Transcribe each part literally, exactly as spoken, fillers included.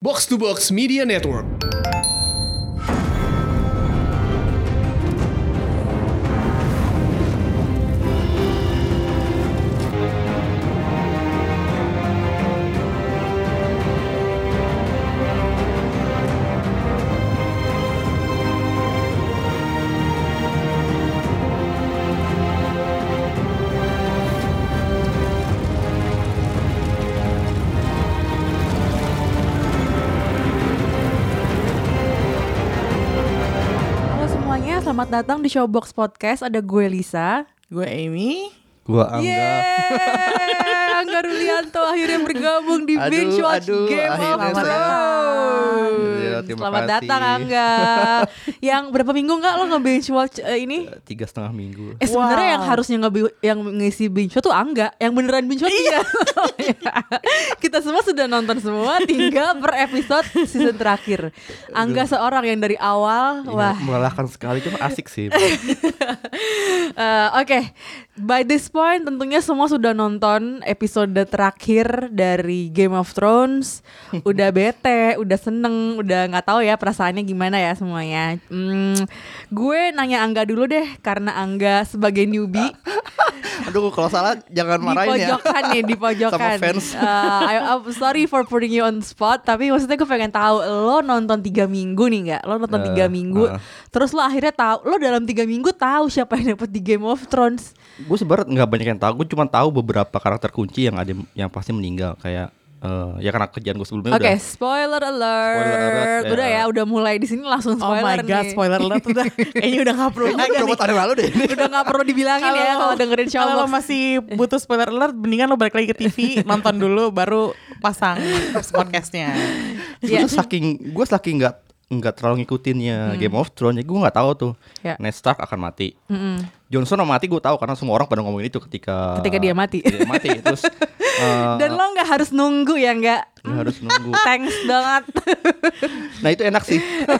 Box to Box Media Network. Selamat datang di Showbox Podcast. Ada gue Lisa, gue Amy, gue Angga. Yeay, Angga Rulianto akhirnya bergabung di Aduh, Binge Watch aduh, Game of akhirnya Thrones. saya- Terima Selamat kasih. datang Angga. Yang berapa minggu nggak lo nge-binge watch uh, ini? Tiga setengah minggu. Eh sebenarnya Wow. yang harusnya nge yang ngisi binge watch tuh Angga, yang beneran binge watch dia. Kita semua sudah nonton semua, tinggal per episode season terakhir. Angga seorang yang dari awal, Ini wah. melelahkan sekali, cuma asik sih. Uh, Oke, okay. By this point tentunya semua sudah nonton episode terakhir dari Game of Thrones. Udah bete, udah seneng, udah nggak tahu ya perasaannya gimana ya semuanya. Hmm, gue nanya Angga dulu deh, karena Angga sebagai newbie Aduh, kalau salah jangan di marahin ya. pojokan nih, di pojokan. Sama fans. Uh, I, I'm sorry for putting you on the spot, tapi maksudnya gue pengen tahu lo nonton tiga minggu nih nggak? Lo nonton Uh, tiga minggu, uh. terus lo akhirnya tahu, lo dalam tiga minggu tahu siapa yang dapet di Game of Thrones. Gue sebenarnya nggak banyak yang tahu. Gue cuma tahu beberapa karakter kunci yang ada yang pasti meninggal. Kayak uh, ya karena kerjaan gue sebelumnya Oke, okay, udah. spoiler alert. Spoiler alert, ya. Udah ya, udah mulai di sini langsung oh spoiler my god, nih. spoiler alert udah kayaknya udah nggak perlu Ini lagi udah nih. buat tahun lalu deh ini. Udah nggak perlu dibilangin ya kalau dengerin kalau lo Showbox. masih butuh spoiler alert, mendingan lo balik lagi ke T V, nonton dulu, baru pasang podcastnya. Gue tuh saking gue saking nggak nggak terlalu ngikutinnya Game of Thrones, gue nggak tahu tuh Ya. Ned Stark akan mati. Mm-mm. Jon Snow mati gue tahu karena semua orang pada ngomongin itu ketika Ketika dia mati. Dia mati terus uh, Dan lo nggak harus nunggu ya, nggak? nggak harus nunggu. Thanks banget. Nah itu enak sih.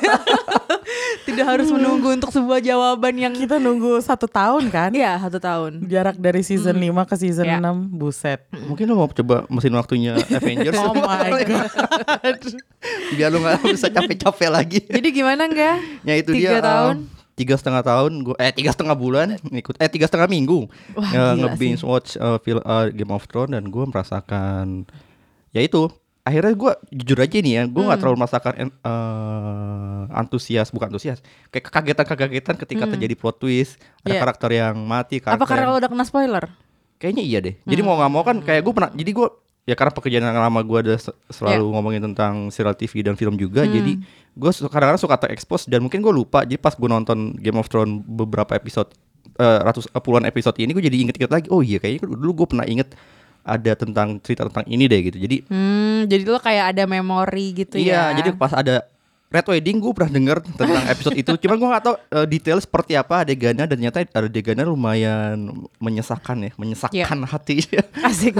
Tidak harus menunggu untuk sebuah jawaban yang Kita nunggu satu tahun kan? Iya, satu tahun. Jarak dari season lima ke season Ya. enam, buset. Mungkin lo mau coba mesin waktunya Avengers. Oh my god. Biar lo gak bisa capek-capek lagi. Jadi gimana nggak? Ya itu Tiga dia tahun. um, Tiga setengah tahun gua, Eh tiga setengah bulan ngikut Eh tiga setengah minggu Wah, uh, gila nge-binge sih. watch uh, film, uh, Game of Thrones. Dan gue merasakan ya itu akhirnya gue jujur aja nih ya, gue nggak Hmm. terlalu merasakan uh, antusias bukan antusias kayak kekagetan-kekagetan ketika Hmm. terjadi plot twist, ada Iya. karakter yang mati, karakter Apa karena yang- lo udah kena spoiler? kayaknya iya deh. Jadi Hmm. mau nggak mau kan kayak gue pernah. Jadi gue ya karena pekerjaan yang lama gue ada se- selalu Yeah. ngomongin tentang serial T V dan film juga. Hmm. Jadi gue su- kadang-kadang suka terekspos dan mungkin gue lupa. Jadi pas gue nonton Game of Thrones beberapa episode, eh, ratus eh, puluhan episode ini, gue jadi inget-inget lagi. Oh iya kayaknya dulu gue pernah inget ada tentang cerita tentang ini deh gitu. Jadi Hmm, jadi lo kayak ada memori gitu iya. ya. Jadi pas ada Red Wedding gue pernah denger tentang episode itu. Cuman gue gak tahu uh, detail seperti apa adegannya. Dan ternyata adegannya lumayan menyesakan ya. Menyesakkan hati. Asik.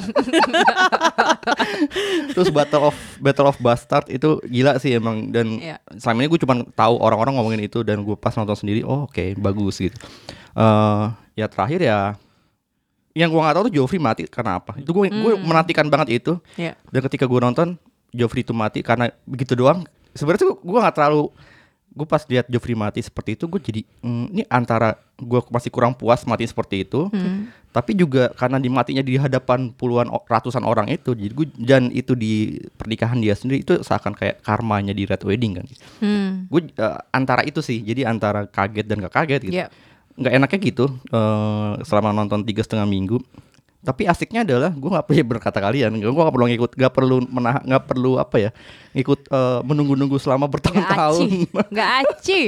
Terus Battle of Battle of Bastard itu gila sih emang. Dan Iya. selama ini gue cuma tahu orang-orang ngomongin itu. Dan gue pas nonton sendiri, oh oke okay, bagus gitu. uh, Ya terakhir ya, yang gue gak tahu tuh Joffrey mati karena apa. Itu gue gue Hmm. menantikan banget itu. Iya. Dan ketika gue nonton Joffrey itu mati karena begitu doang. Sebenarnya tuh gue nggak terlalu. Gue pas lihat Joffrey mati seperti itu, gue jadi mm, ini antara gue masih kurang puas mati seperti itu, Hmm. tapi juga karena dimatinya di hadapan puluhan o- ratusan orang itu. Jadi gue, dan itu di pernikahan dia sendiri, itu seakan kayak karmanya di Red Wedding kan. Hmm. Gue uh, antara itu sih, jadi antara kaget dan gak kaget gitu. Iya. Nggak enaknya gitu uh, selama nonton tiga setengah minggu. Tapi asiknya adalah gue nggak perlu berkata kalian, gue nggak perlu ngikut, nggak perlu menahan, nggak perlu apa ya, ngikut uh, menunggu-nunggu selama Nggak bertahun-tahun. aci. Nggak aci.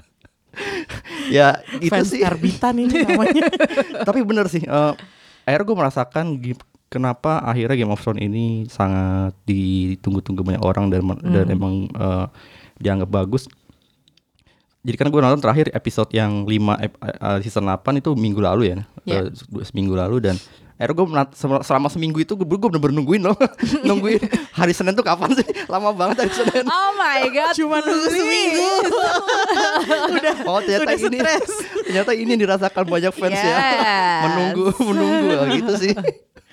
Ya itu Fans sih. karbitan ini namanya. Tapi bener sih. Uh, akhirnya gue merasakan gi- kenapa akhirnya Game of Thrones ini sangat ditunggu-tunggu banyak orang dan dan emang uh, dianggap bagus. Jadi kan gue nonton terakhir episode yang lima ep- uh, season delapan itu minggu lalu ya, Yeah. uh, seminggu lalu. Dan akhirnya gue menat- sel- selama seminggu itu gue gue bener-bener nungguin loh. Nungguin hari Senin tuh kapan sih? Lama banget hari Senin. Oh my god. Cuma nunggu seminggu. Udah. Oh ternyata Udah ini stres. ternyata ini yang dirasakan banyak fans ya. Yes. Menunggu menunggu gitu sih.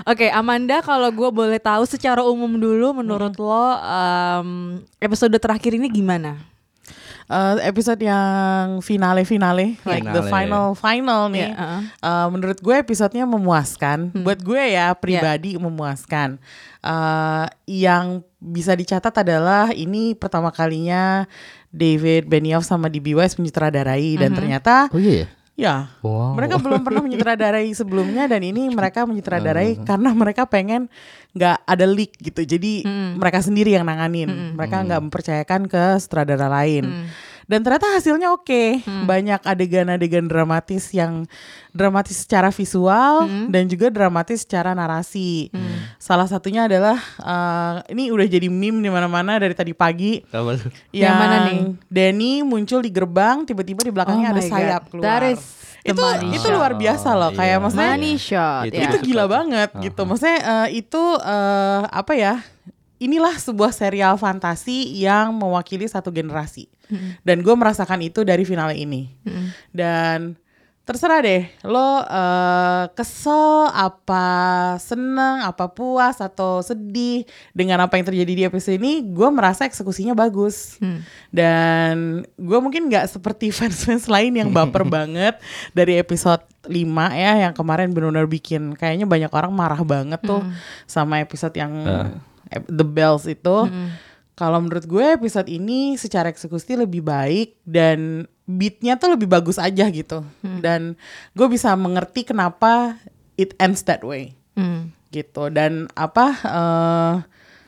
Oke, Amanda, kalau gue boleh tahu secara umum dulu, menurut lo um, episode terakhir ini gimana? Uh, episode yang finale-finale, like the Finale. final final nih. Yeah, uh-uh. uh, menurut gue episodenya memuaskan. Hmm. Buat gue ya pribadi memuaskan. Uh, yang bisa dicatat adalah ini pertama kalinya David Benioff sama D B Weiss menyutradarai dan Mhm. ternyata Oh iya ya? ya Wow. mereka belum pernah menyutradarai sebelumnya dan ini mereka menyutradarai karena mereka pengen nggak ada leak gitu. Jadi Mm. mereka sendiri yang nanganin. Mm-mm. Mereka nggak mempercayakan ke sutradara lain. Mm. Dan ternyata hasilnya oke. Hmm. Banyak adegan-adegan dramatis yang dramatis secara visual Hmm. dan juga dramatis secara narasi. Hmm. Salah satunya adalah uh, ini udah jadi meme di mana-mana dari tadi pagi. Apa tuh? Yang mana nih? Danny muncul di gerbang, tiba-tiba di belakangnya Oh ada my sayap God. keluar. That is the itu money itu shot. luar biasa loh. Oh, Kayak iya. maksudnya Money shot, Itu- ya. itu suka gila tuh. banget Aha. gitu. Maksudnya uh, itu uh, apa ya? Inilah sebuah serial fantasi yang mewakili satu generasi. Mm. Dan gue merasakan itu dari finale ini. Mm. Dan terserah deh, lo uh, kesel, apa seneng, apa puas atau sedih dengan apa yang terjadi di episode ini. Gue merasa eksekusinya bagus. Hmm. Dan gue mungkin gak seperti fans-fans lain yang baper banget dari episode lima ya, yang kemarin benar-benar bikin kayaknya banyak orang marah banget tuh Hmm. sama episode yang Uh. ep- The Bells itu. Hmm. Kalau menurut gue episode ini secara eksekusi lebih baik dan beatnya tuh lebih bagus aja gitu. Hmm. Dan gue bisa mengerti kenapa it ends that way Hmm. gitu. Dan apa? Uh,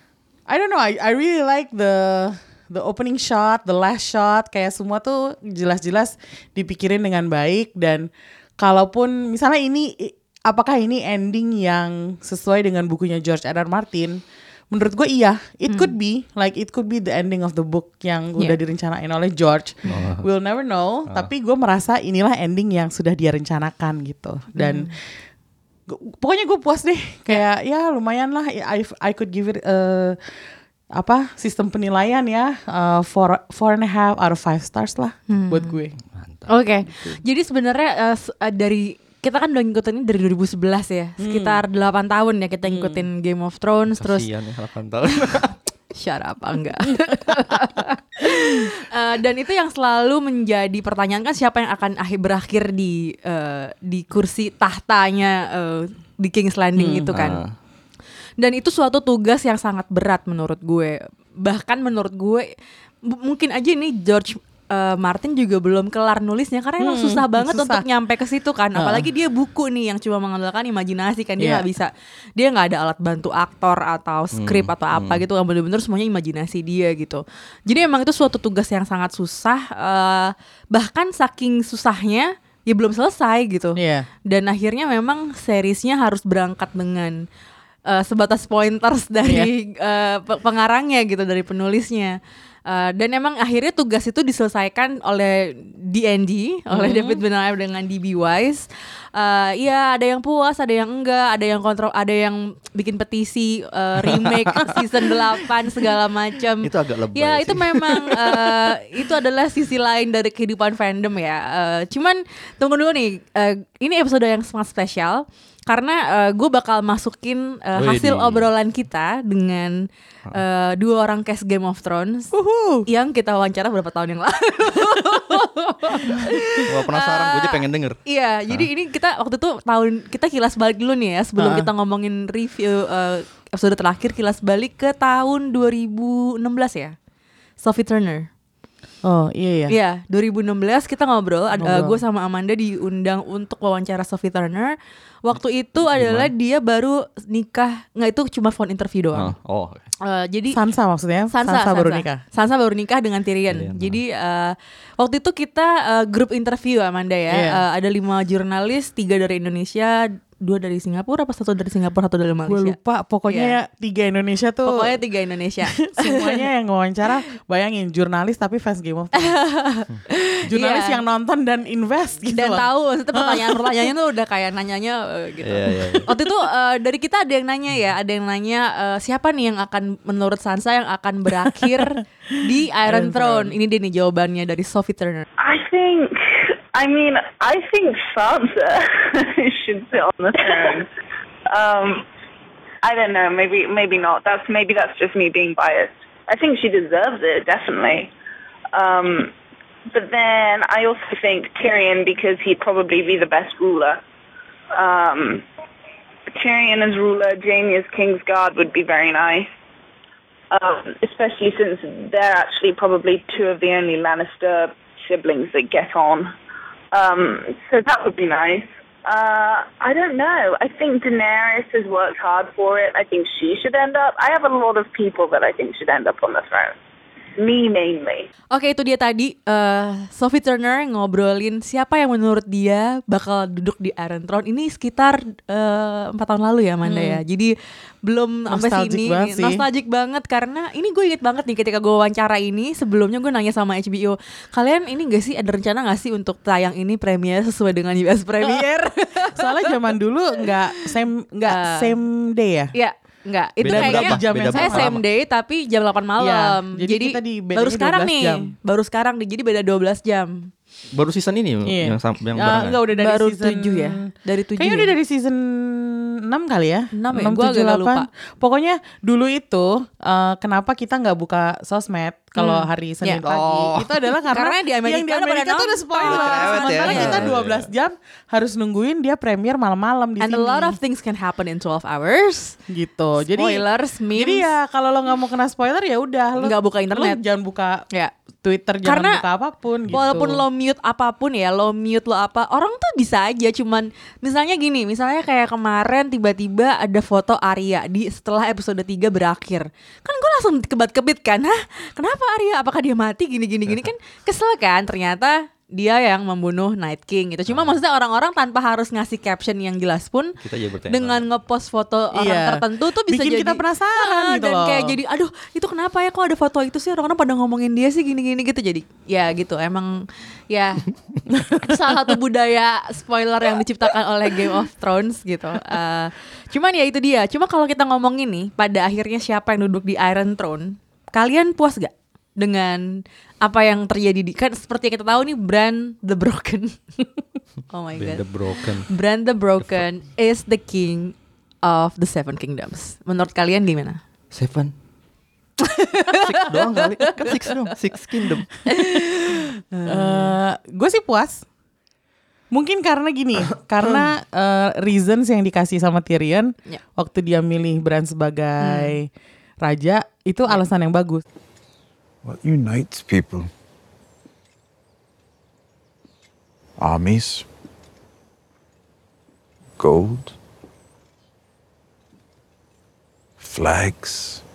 I don't know. I I really like the the opening shot, the last shot. Kayak semua tuh jelas-jelas dipikirin dengan baik. Dan kalaupun misalnya ini, apakah ini ending yang sesuai dengan bukunya George R R. Martin? Menurut gue iya, it could be like it could be the ending of the book yang udah Yeah. direncanain oleh George. Oh. We'll never know. Tapi gue merasa inilah ending yang sudah dia rencanakan gitu. Dan gu- pokoknya gue puas deh. Kayak ya lumayan lah. I I could give it uh, apa sistem penilaian ya uh, four four and a half out of five stars lah buat gue. Mantap. Oke, jadi sebenarnya uh, s- uh, dari kita kan udah ngikutin ini dari dua ribu sebelas ya, sekitar delapan tahun ya kita ngikutin Game of Thrones, terus Kasian ya delapan tahun. shut up, enggak. Eh, dan itu yang selalu menjadi pertanyaan kan, siapa yang akan akhir berakhir di eh, di kursi tahtanya eh, di King's Landing itu kan. Ah. Dan itu suatu tugas yang sangat berat menurut gue. Bahkan menurut gue m- mungkin aja ini George eh, Martin juga belum kelar nulisnya karena emang Hmm, susah banget susah. untuk nyampe ke situ kan. Uh. Apalagi dia buku nih yang cuma mengandalkan imajinasi kan, dia Iya. nggak bisa, dia nggak ada alat bantu aktor atau skrip atau apa gitu, kan bener-bener semuanya imajinasi dia gitu. Jadi emang itu suatu tugas yang sangat susah. eh, bahkan saking susahnya ya belum selesai gitu. Iya. Dan akhirnya memang seriesnya harus berangkat dengan uh, sebatas pointers dari uh, pe- pengarangnya gitu, dari penulisnya. Uh, dan emang akhirnya tugas itu diselesaikan oleh D and D, oleh David Benioff dengan D B Weiss. Uh, Iya, ada yang puas, ada yang enggak, ada yang kontrol, ada yang bikin petisi uh, remake season delapan segala macam. Itu agak lebay Ya, sih. itu memang uh, itu adalah sisi lain dari kehidupan fandom ya. Uh, cuman tunggu dulu nih, uh, ini episode yang sangat spesial karena uh, gue bakal masukin uh, Widih. hasil obrolan kita dengan uh, dua orang cast Game of Thrones Uhuh. yang kita wawancara beberapa tahun yang lalu. Wah, penasaran, gue aja pengen denger. Iya, jadi ini kita waktu itu tahun kita kilas balik dulu nih ya, sebelum Ah. kita ngomongin review uh, episode terakhir, kilas balik ke tahun dua ribu enam belas ya. Sophie Turner. Oh iya ya. Iya, dua ribu enam belas kita ngobrol, ada Ngobrol. gue sama Amanda diundang untuk wawancara Sophie Turner. Waktu itu adalah dia baru nikah, nggak, itu cuma phone interview doang. Oh, oh. Eh, jadi Sansa maksudnya. Sansa, Sansa baru nikah. Sansa baru nikah dengan Tyrion. Tyrion, Jadi eh, waktu itu kita eh, grup interview Amanda ya. Iya. Eh, ada lima jurnalis, tiga dari Indonesia, dua dari Singapura, apa satu dari Singapura, satu dari Gue Malaysia. lupa. Pokoknya Iya. ya tiga Indonesia tuh. Pokoknya tiga Indonesia. Semuanya yang wawancara, bayangin jurnalis tapi fans Game of Thrones. Jurnalis Iya. yang nonton dan invest gitu Dan loh. tahu, maksudnya pertanyaan-pertanyaannya tuh udah kayak nanyanya eh, gitu. Iya, iya, iya. Waktu itu eh, dari kita ada yang nanya ya, ada yang nanya eh, siapa nih yang akan menurut Sansa yang akan berakhir di Iron Iron Throne. Throne. Ini dia nih jawabannya dari Sophie Turner. I think, I mean, I think Sansa should sit on the throne. Um, I don't know. Maybe maybe not. That's maybe that's just me being biased. I think she deserves it, definitely. Um, but then I also think Tyrion, because he'd probably be the best ruler. Um, Tyrion as ruler, Jaime as Kingsguard would be very nice. Um, especially since they're actually probably two of the only Lannister siblings that get on. Um, so that would be nice. Uh, I don't know. I think Daenerys has worked hard for it. I think she should end up. I have a lot of people that I think should end up on the throne. Me mainly. Oke, itu dia tadi uh, Sophie Turner ngobrolin siapa yang menurut dia bakal duduk di Iron Throne. Ini sekitar uh, empat tahun lalu ya, Amanda hmm. ya. Jadi belum sampai sini. Banget Nostalgic banget karena ini gue inget banget nih ketika gue wawancara ini. Sebelumnya gue nanya sama H B O, kalian ini gak sih ada rencana gak sih untuk tayang ini premiere sesuai dengan U S premiere? Soalnya zaman dulu nggak same nggak uh, same day ya. Iya. Enggak, itu beda kayaknya jam yang saya sama. same day tapi jam delapan malam. Ya, jadi, jadi kita di baru sekarang nih, jam. baru sekarang nih. Jadi beda dua belas jam. Baru season ini Iya. yang sam- yang Ya, barengan. enggak udah dari baru season tujuh ya. Dari tujuh. Kayaknya ya? udah dari season enam kali ya. enam ya, gua agak lupa. Pokoknya dulu itu uh, kenapa kita nggak buka sosmed kalau Hmm. hari Senin Yeah. pagi. Oh. Itu adalah karena, Karena di Amerika yang di udah pada Amerika tuh udah nonton. spoiler. Cerewet Sementara ya. kita dua belas jam harus nungguin dia premier malam-malam di And sini. a lot of things can happen in twelve hours. gitu. Jadi Spoilers, memes. Jadi ya kalau lo nggak mau kena spoiler ya udah lo Nggak buka internet. lo jangan buka Ya. Twitter, jangan Karena buka apapun gitu. Walaupun lo mute apapun ya, lo mute lo apa, orang tuh bisa aja cuman misalnya gini, misalnya kayak kemarin tiba-tiba ada foto Arya di setelah episode tiga berakhir. Kan gue langsung kebat-kebit kan, hah kenapa Arya? Apakah dia mati gini-gini-gini kan kesel kan, ternyata dia yang membunuh Night King gitu. Cuma maksudnya orang-orang tanpa harus ngasih caption yang jelas pun Kita jadi bertanya. dengan ngepost foto orang Iya. tertentu tuh bisa Bikin jadi kita penasaran Ah, gitu dan loh. kayak jadi aduh itu kenapa ya kok ada foto itu sih, orang-orang pada ngomongin dia sih gini-gini gitu. Jadi ya gitu emang ya itu salah satu budaya spoiler yang diciptakan oleh Game of Thrones gitu. Uh, cuman ya itu dia. Cuma kalau kita ngomongin nih pada akhirnya siapa yang duduk di Iron Throne, kalian puas gak dengan apa yang terjadi di, kan seperti yang kita tahu nih Bran the Broken. Oh my Bran god. the Broken. Bran the Broken is the king of the Seven Kingdoms. Menurut kalian gimana? Seven. Six doang kali. Kan six doang. Six kingdom. Uh, gue sih puas. Mungkin karena gini, karena uh, reasons yang dikasih sama Tyrion Ya. waktu dia milih Bran sebagai raja itu alasan yang bagus. What unites people? Armies? Gold? Flags?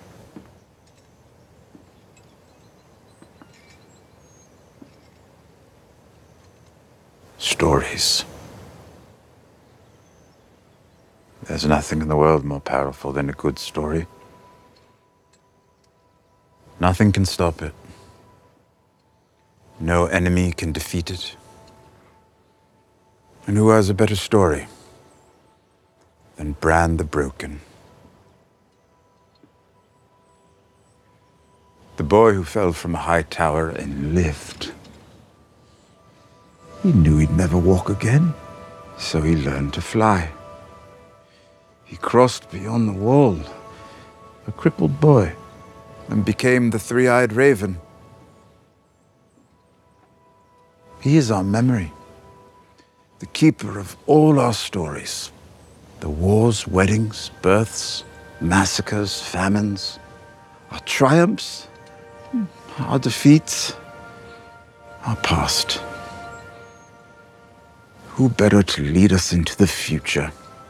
Stories. There's nothing in the world more powerful than a good story. Nothing can stop it. No enemy can defeat it. And who has a better story than Bran the Broken? The boy who fell from a high tower and lived. He knew he'd never walk again, so he learned to fly. He crossed beyond the wall, a crippled boy, and became the three-eyed raven. He is our memory, the keeper of all our stories. The wars, weddings, births, massacres, famines, our triumphs, our defeats, our past. Who better to lead us into the future?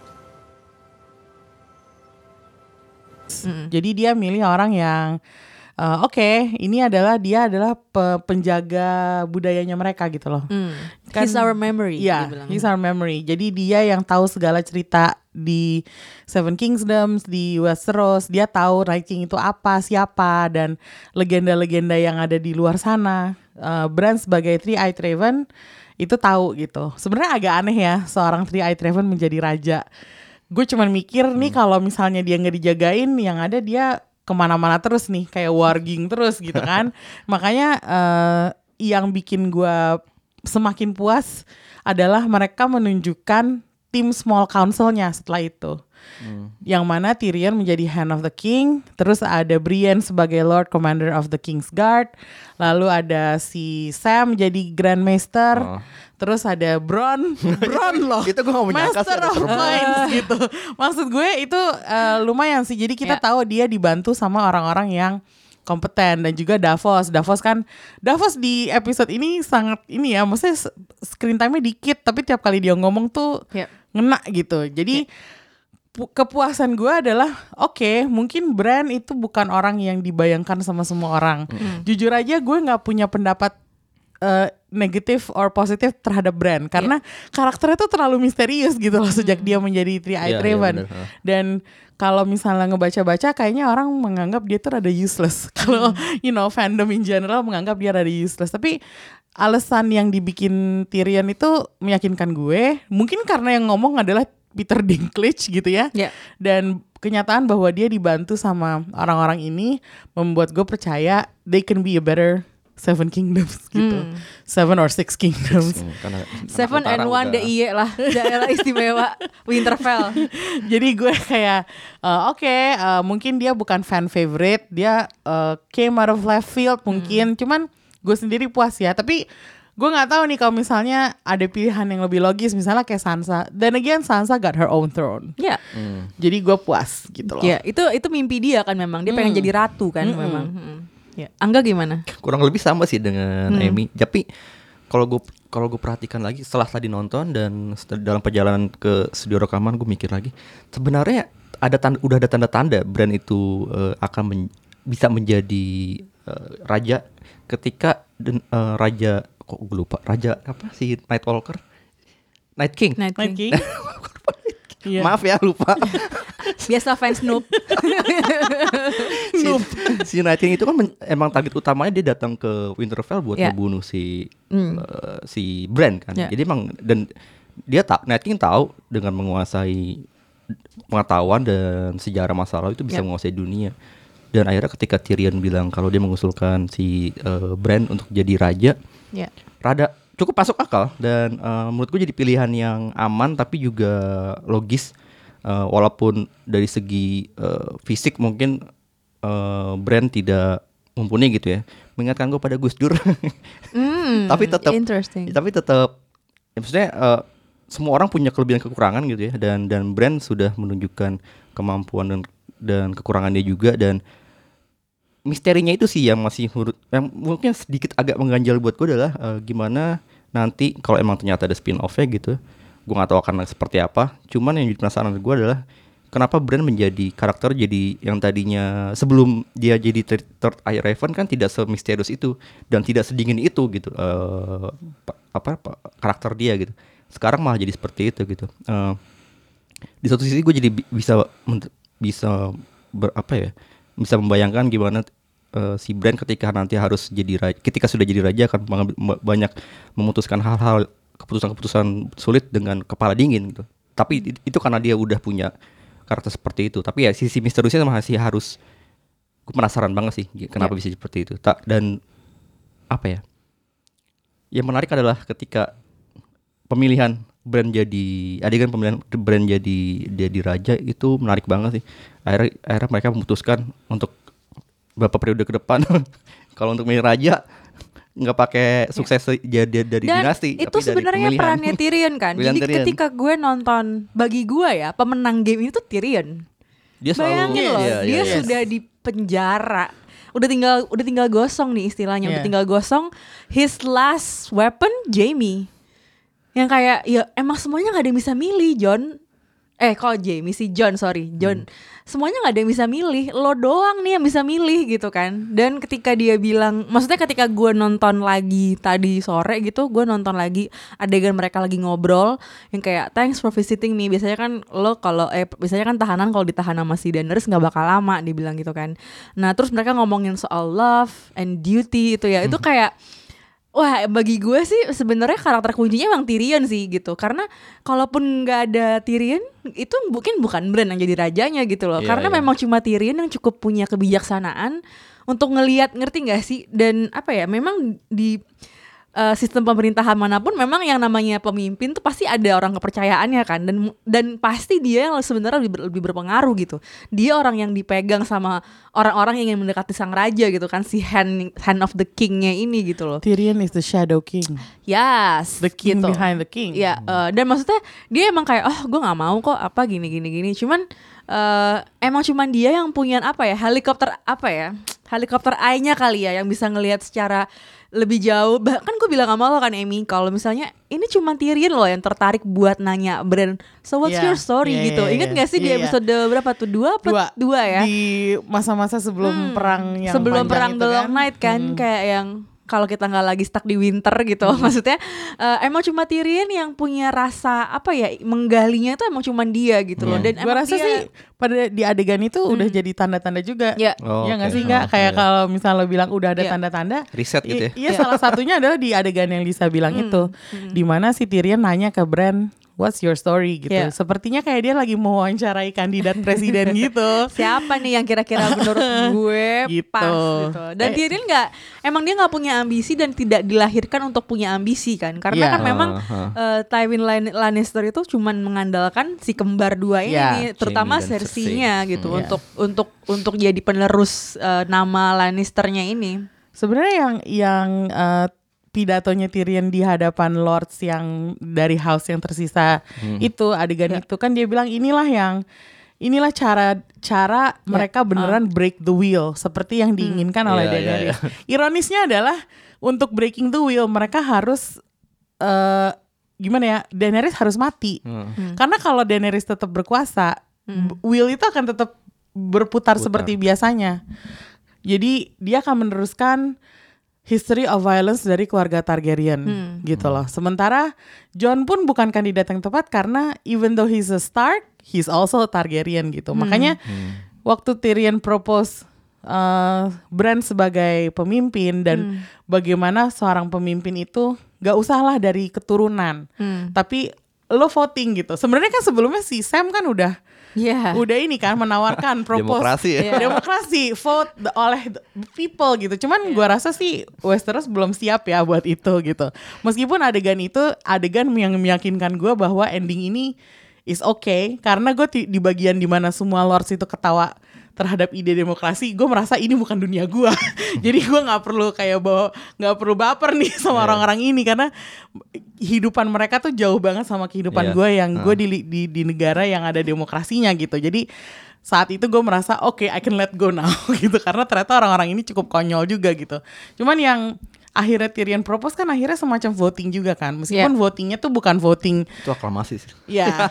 Mm. Jadi dia milih orang yang uh, oke, okay, ini adalah dia adalah pe- penjaga budayanya mereka gitu loh. Hmm. Kan- He's our memory. Iya, dia bilang. he's our memory. Jadi dia yang tahu segala cerita di Seven Kingdoms, di Westeros. Dia tahu Night King itu apa, siapa, dan legenda-legenda yang ada di luar sana. Uh, Bran sebagai Three-Eyed Raven itu tahu gitu. Sebenarnya agak aneh ya seorang Three-Eyed Raven menjadi raja. Gue cuman mikir nih kalau misalnya dia nggak dijagain, yang ada dia kemana-mana terus nih, kayak warging terus gitu kan. Makanya uh, yang bikin gue semakin puas adalah mereka menunjukkan tim small council-nya setelah itu. Hmm. Yang mana Tyrion menjadi Hand of the King, terus ada Brienne sebagai Lord Commander of the King's Guard, lalu ada si Sam jadi Grand Maester, oh. terus ada Bronn, Bronn loh, itu gue gak menyangka Master of Mines gitu. Maksud gue itu uh, lumayan sih. Jadi kita yeah. tahu dia dibantu sama orang-orang yang kompeten, dan juga Davos. Davos kan Davos di episode ini sangat ini ya, maksudnya screen time-nya dikit tapi tiap kali dia ngomong tuh yeah. ngena gitu. Jadi yeah. pu- kepuasan gue adalah oke, okay, mungkin Bran itu bukan orang yang dibayangkan sama semua orang. Mm. Jujur aja gue nggak punya pendapat uh, negatif or positif terhadap Bran karena yeah. karakternya tuh terlalu misterius gitu loh sejak mm. dia menjadi Three-Eyed yeah, Raven. Yeah, bener, huh? Dan kalau misalnya ngebaca-baca kayaknya orang menganggap dia tuh rada useless. Kalau hmm. you know fandom in general menganggap dia rada useless. Tapi alasan yang dibikin Tyrion itu meyakinkan gue. Mungkin karena yang ngomong adalah Peter Dinklage gitu ya. Yeah. Dan kenyataan bahwa dia dibantu sama orang-orang ini membuat gue percaya they can be a better Seven Kingdoms gitu, hmm. Seven or Six Kingdoms. Karena, Seven and One udah. D I Y lah, daerah istimewa Winterfell. Jadi gue kayak uh, oke, okay, uh, mungkin dia bukan fan favorite, dia uh, came out of left field mungkin, hmm. cuman gue sendiri puas ya. Tapi gue nggak tahu nih kalau misalnya ada pilihan yang lebih logis, misalnya kayak Sansa. Dan again Sansa got her own throne. Ya. Yeah. Hmm. Jadi gue puas gitu loh. Ya yeah, itu itu mimpi dia kan memang, dia hmm. pengen jadi ratu kan hmm. memang. Hmm. Ya. Angga gimana? Kurang lebih sama sih dengan hmm. Amy. Tapi kalau gue kalau gue perhatikan lagi setelah tadi nonton dan dalam perjalanan ke studio rekaman, gue mikir lagi sebenarnya ada tanda, udah ada tanda-tanda Bran itu uh, akan men, bisa menjadi uh, raja ketika uh, raja kok gue lupa raja apa sih Night Walker Night King Night King, Night King. Yeah. Maaf ya lupa. Biasa fans noob. si, si Night King itu kan men- emang target utamanya dia datang ke Winterfell buat yeah. ngebunuh si mm. uh, si Bran kan. Yeah. Jadi emang dan dia tak Night King tahu dengan menguasai pengetahuan dan sejarah masa lalu itu bisa yeah. menguasai dunia. Dan akhirnya ketika Tyrion bilang kalau dia mengusulkan si uh, Bran untuk jadi raja, yeah. rada cukup masuk akal dan uh, menurut gue jadi pilihan yang aman tapi juga logis uh, walaupun dari segi uh, fisik mungkin uh, Bran tidak mumpuni gitu ya, mengingatkan gue pada Gus Dur. mm, tapi tetap tapi tetap ya maksudnya uh, semua orang punya kelebihan kekurangan gitu ya, dan dan Bran sudah menunjukkan kemampuan dan dan kekurangan dia juga, dan misterinya itu sih yang masih hurut, yang mungkin sedikit agak mengganjal buat gue adalah uh, gimana nanti kalau emang ternyata ada spin off-nya gitu. Gue gak tahu akan seperti apa. Cuman yang jadi penasaran gue adalah kenapa Bran menjadi karakter jadi yang tadinya sebelum dia jadi Third Eye Raven kan tidak semisterius itu dan tidak sedingin itu gitu uh, apa, apa karakter dia gitu. Sekarang malah jadi seperti itu gitu. Uh, di satu sisi gue jadi bisa bisa ber, apa ya? bisa membayangkan gimana uh, si Bran ketika nanti harus jadi raja, ketika sudah jadi raja akan banyak memutuskan hal-hal keputusan-keputusan sulit dengan kepala dingin gitu. Tapi itu karena dia udah punya karakter seperti itu. Tapi ya sisi misteriusnya masih harus, gue penasaran banget sih kenapa ya. bisa seperti itu. Tak dan apa ya? Yang menarik adalah ketika pemilihan Bran jadi adegan pemilihan Bran jadi jadi raja itu menarik banget sih. Akhirnya, akhirnya mereka memutuskan untuk beberapa periode ke depan kalau untuk milih raja nggak pakai sukses ya. jadi dari dan dinasti. Itu sebenarnya perannya Tyrion kan. Jadi Tyrion. Ketika gue nonton, bagi gue ya pemenang game itu Tyrion. Dia selalu, bayangin loh, yeah, dia yeah, sudah yes. di penjara. Udah tinggal udah tinggal gosong nih istilahnya, yeah. udah tinggal gosong. His last weapon Jaime. Yang kayak ya emang semuanya nggak ada yang bisa milih John. Eh kok Jaime si John sorry John. Hmm. Semuanya nggak ada yang bisa milih. Lo doang nih yang bisa milih gitu kan. Dan ketika dia bilang, maksudnya ketika gue nonton lagi tadi sore gitu, gue nonton lagi adegan mereka lagi ngobrol yang kayak thanks for visiting me. Biasanya kan lo kalau eh biasanya kan tahanan kalau ditahan sama si Daenerys nggak bakal lama dibilang gitu kan. Nah terus mereka ngomongin soal love and duty itu ya. Hmm. Itu kayak wah bagi gue sih sebenarnya karakter kuncinya emang Tyrion sih gitu. Karena kalaupun nggak ada Tyrion itu mungkin bukan Bran yang jadi rajanya gitu loh. Yeah, Karena yeah. memang cuma Tyrion yang cukup punya kebijaksanaan untuk ngelihat, ngerti nggak sih? Dan apa ya? Memang di uh, sistem pemerintahan manapun memang yang namanya pemimpin tuh pasti ada orang kepercayaannya kan, dan dan pasti dia yang sebenarnya lebih, lebih berpengaruh gitu. Dia orang yang dipegang sama orang-orang yang ingin mendekati sang raja gitu kan, si hand hand of the king-nya ini gitu loh. Tyrion is the shadow king. Yes, The king gitu. behind the king. Ya, uh, dan maksudnya dia emang kayak oh gue nggak mau kok apa gini gini gini. Cuman uh, emang cuman dia yang punya apa ya helikopter apa ya helikopter eye-nya kali ya yang bisa ngelihat secara lebih jauh. Bahkan gue bilang sama lo kan Amy, kalau misalnya ini cuma Tyrion loh yang tertarik buat nanya Bran, so what's Yeah, your story yeah, gitu. yeah, Ingat yeah. gak sih Yeah, di yeah. episode berapa tuh? Dua apa? Dua. Dua ya? Di masa-masa sebelum Hmm, perang yang sebelum panjang perang itu The kan. Long Night kan, Hmm. kayak yang kalau kita nggak lagi stuck di winter gitu, maksudnya uh, emang cuma Tyrion yang punya rasa apa ya menggalinya itu emang cuma dia gitu loh. Dan Gue emang rasa dia, sih pada di adegan itu udah jadi tanda-tanda juga. Ya. Oh, ya nggak oke. sih nggak? Oke. Kayak kalau misalnya lo bilang udah ada Iya. tanda-tanda. Riset gitu ya. I- Iya salah satunya adalah di adegan yang Lisa bilang itu, dimana si Tyrion nanya ke Bran, what's your story gitu. Iya. Sepertinya kayak dia lagi mau wawancarai kandidat presiden gitu. siapa nih yang kira-kira menurut gue Gitu. pas gitu. Dan Eh. Tyrion nggak, emang dia nggak punya ambisi dan tidak dilahirkan untuk punya ambisi kan, karena Iya. kan memang Aha. uh, Tywin Lan- Lannister itu cuman mengandalkan si kembar dua ini, Iya. terutama Jaime dan Cersei-nya Cersei. gitu Hmm. untuk untuk untuk jadi penerus uh, nama Lannister-nya ini. Sebenarnya yang yang eh, pidatonya Tyrion di hadapan lords yang dari house yang tersisa itu adegan Ya. itu kan dia bilang inilah yang inilah cara cara mereka beneran break the wheel seperti yang diinginkan oleh Iya, iya, Daenerys. Ironisnya adalah untuk breaking the wheel mereka harus eh gimana ya, Daenerys harus mati. Hmm. Karena kalau Daenerys tetap berkuasa, b- wheel itu akan tetap berputar Putar. seperti biasanya. Jadi dia akan meneruskan history of violence dari keluarga Targaryen gitu loh. Sementara Jon pun bukan kandidat yang tepat karena even though he's a Stark, he's also a Targaryen gitu. Makanya waktu Tyrion propose uh, Bran sebagai pemimpin dan bagaimana seorang pemimpin itu gak usahlah dari keturunan, tapi lo voting gitu. Sebenarnya kan sebelumnya si Sam kan udah Iya. udah ini kan menawarkan propose Demokrasi ya. Iya. demokrasi vote the- oleh the people gitu. Cuman gua rasa sih Westeros belum siap ya buat itu gitu. Meskipun adegan itu adegan yang meyakinkan gua bahwa ending ini is okay karena gue di bagian dimana semua lords itu ketawa terhadap ide demokrasi, gue merasa ini bukan dunia gue. Jadi gue nggak perlu kayak bawa, nggak perlu baper nih sama Yeah. orang-orang ini karena hidupan mereka tuh jauh banget sama kehidupan Yeah. gue yang gue Uh. di, di di negara yang ada demokrasinya gitu. Jadi saat itu gue merasa oke, okay, I can let go now gitu karena ternyata orang-orang ini cukup konyol juga gitu. Cuman yang akhirnya Tyrion propose kan akhirnya semacam voting juga kan, meskipun Yeah. votingnya tuh bukan voting. Itu aklamasi sih. Ya.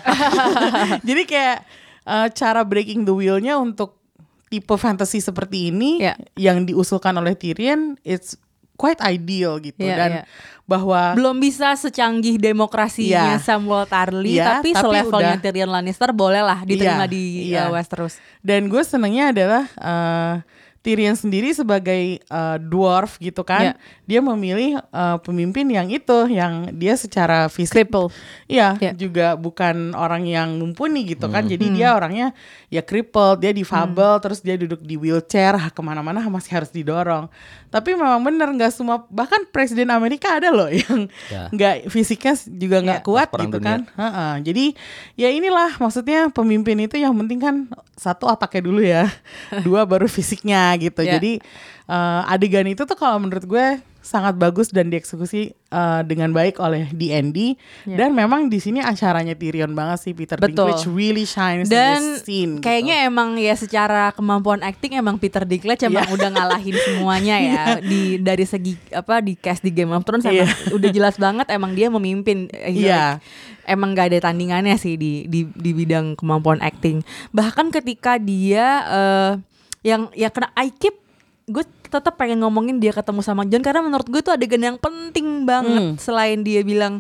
Jadi kayak uh, cara breaking the wheel-nya untuk tipe fantasy seperti ini Ya. yang diusulkan oleh Tyrion, it's quite ideal gitu. Ya, Dan ya. bahwa Belum bisa secanggih demokrasinya Iya. Samuel Tarly, Iya, tapi, tapi selevelnya udah- Tyrion Lannister boleh lah diterima Iya, di iya. uh, Westeros. dan gue senengnya adalah uh, Tyrion sendiri sebagai uh, dwarf gitu kan, Ya. dia memilih uh, pemimpin yang itu, yang dia secara fisik, Cripple. iya, Ya. juga bukan orang yang mumpuni gitu kan, jadi Hmm. dia orangnya ya crippled, dia difabel, terus dia duduk di wheelchair, ah, kemana-mana masih harus didorong. Tapi memang bener nggak semua, bahkan Presiden Amerika ada loh yang Ya. nggak fisiknya juga nggak Ya. kuat Pas perang gitu dunia. kan. Heeh. Jadi ya inilah maksudnya pemimpin itu yang penting kan satu otaknya dulu ya, dua baru fisiknya gitu. Ya. Jadi eh, adegan itu tuh kalau menurut gue sangat bagus dan dieksekusi eh, dengan baik oleh D and D. Ya. Dan memang di sini acaranya Tyrion banget sih, Peter Betul. Dinklage really shines Dan in this scene. kayaknya gitu. emang ya secara kemampuan acting emang Peter Dinklage emang Iya. udah ngalahin semuanya ya di dari segi apa di cast di Game of Thrones Iya. emang udah jelas banget emang dia memimpin. He's Iya. like- emang gak ada tandingannya sih di di di bidang kemampuan acting. Bahkan ketika dia eh, yang ya kena I keep gue tetap pengen ngomongin dia ketemu sama Jon karena menurut gue itu adegan yang penting banget. Hmm. Selain dia bilang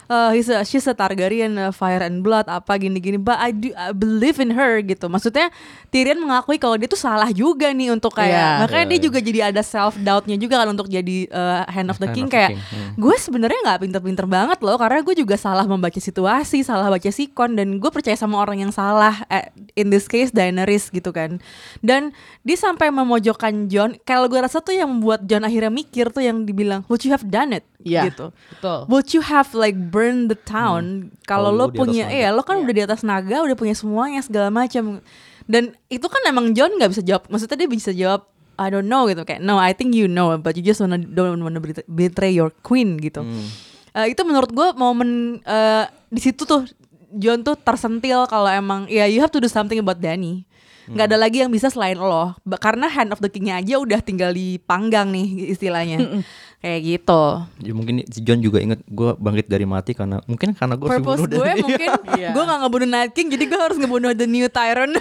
uh, he's a, she's a Targaryen, uh, fire and blood apa gini-gini, but I do I believe in her gitu. Maksudnya Tyrion mengakui kalau dia tuh salah juga nih untuk kayak Yeah. makanya Yeah, dia yeah. juga jadi ada self doubtnya juga kan untuk jadi uh, hand of the Hand king of the kayak king, hmm. gue sebenarnya nggak pinter-pinter banget loh karena gue juga salah membaca situasi, salah baca sikon, dan gue percaya sama orang yang salah, eh, in this case Daenerys gitu kan. Dan dia sampai memojokkan Jon. Kalau gue rasa tuh yang membuat Jon akhirnya mikir tuh yang dibilang would you have done it Iya, gitu. betul. Would you have like burn the town kalau Kalau lo lu di atas punya naga. iya lo kan Iya. udah di atas naga, udah punya semuanya segala macam. Dan itu kan emang Jon nggak bisa jawab. Maksudnya dia bisa jawab I don't know gitu kayak no I think you know but you just wanna, don't wanna betray your queen gitu. Hmm. Uh, itu menurut gue momen uh, di situ tuh Jon tuh tersentil kalau emang ya yeah, you have to do something about Dany. Nggak ada lagi yang bisa selain lo. Ba- Karena hand of the king-nya aja udah tinggal dipanggang nih istilahnya. Kayak gitu. Ya, mungkin si Jon juga inget gue bangkit dari mati karena mungkin karena gue Purpose gue mungkin Iya. gue gak ngebunuh Night King, jadi gue harus ngebunuh the new tyrant.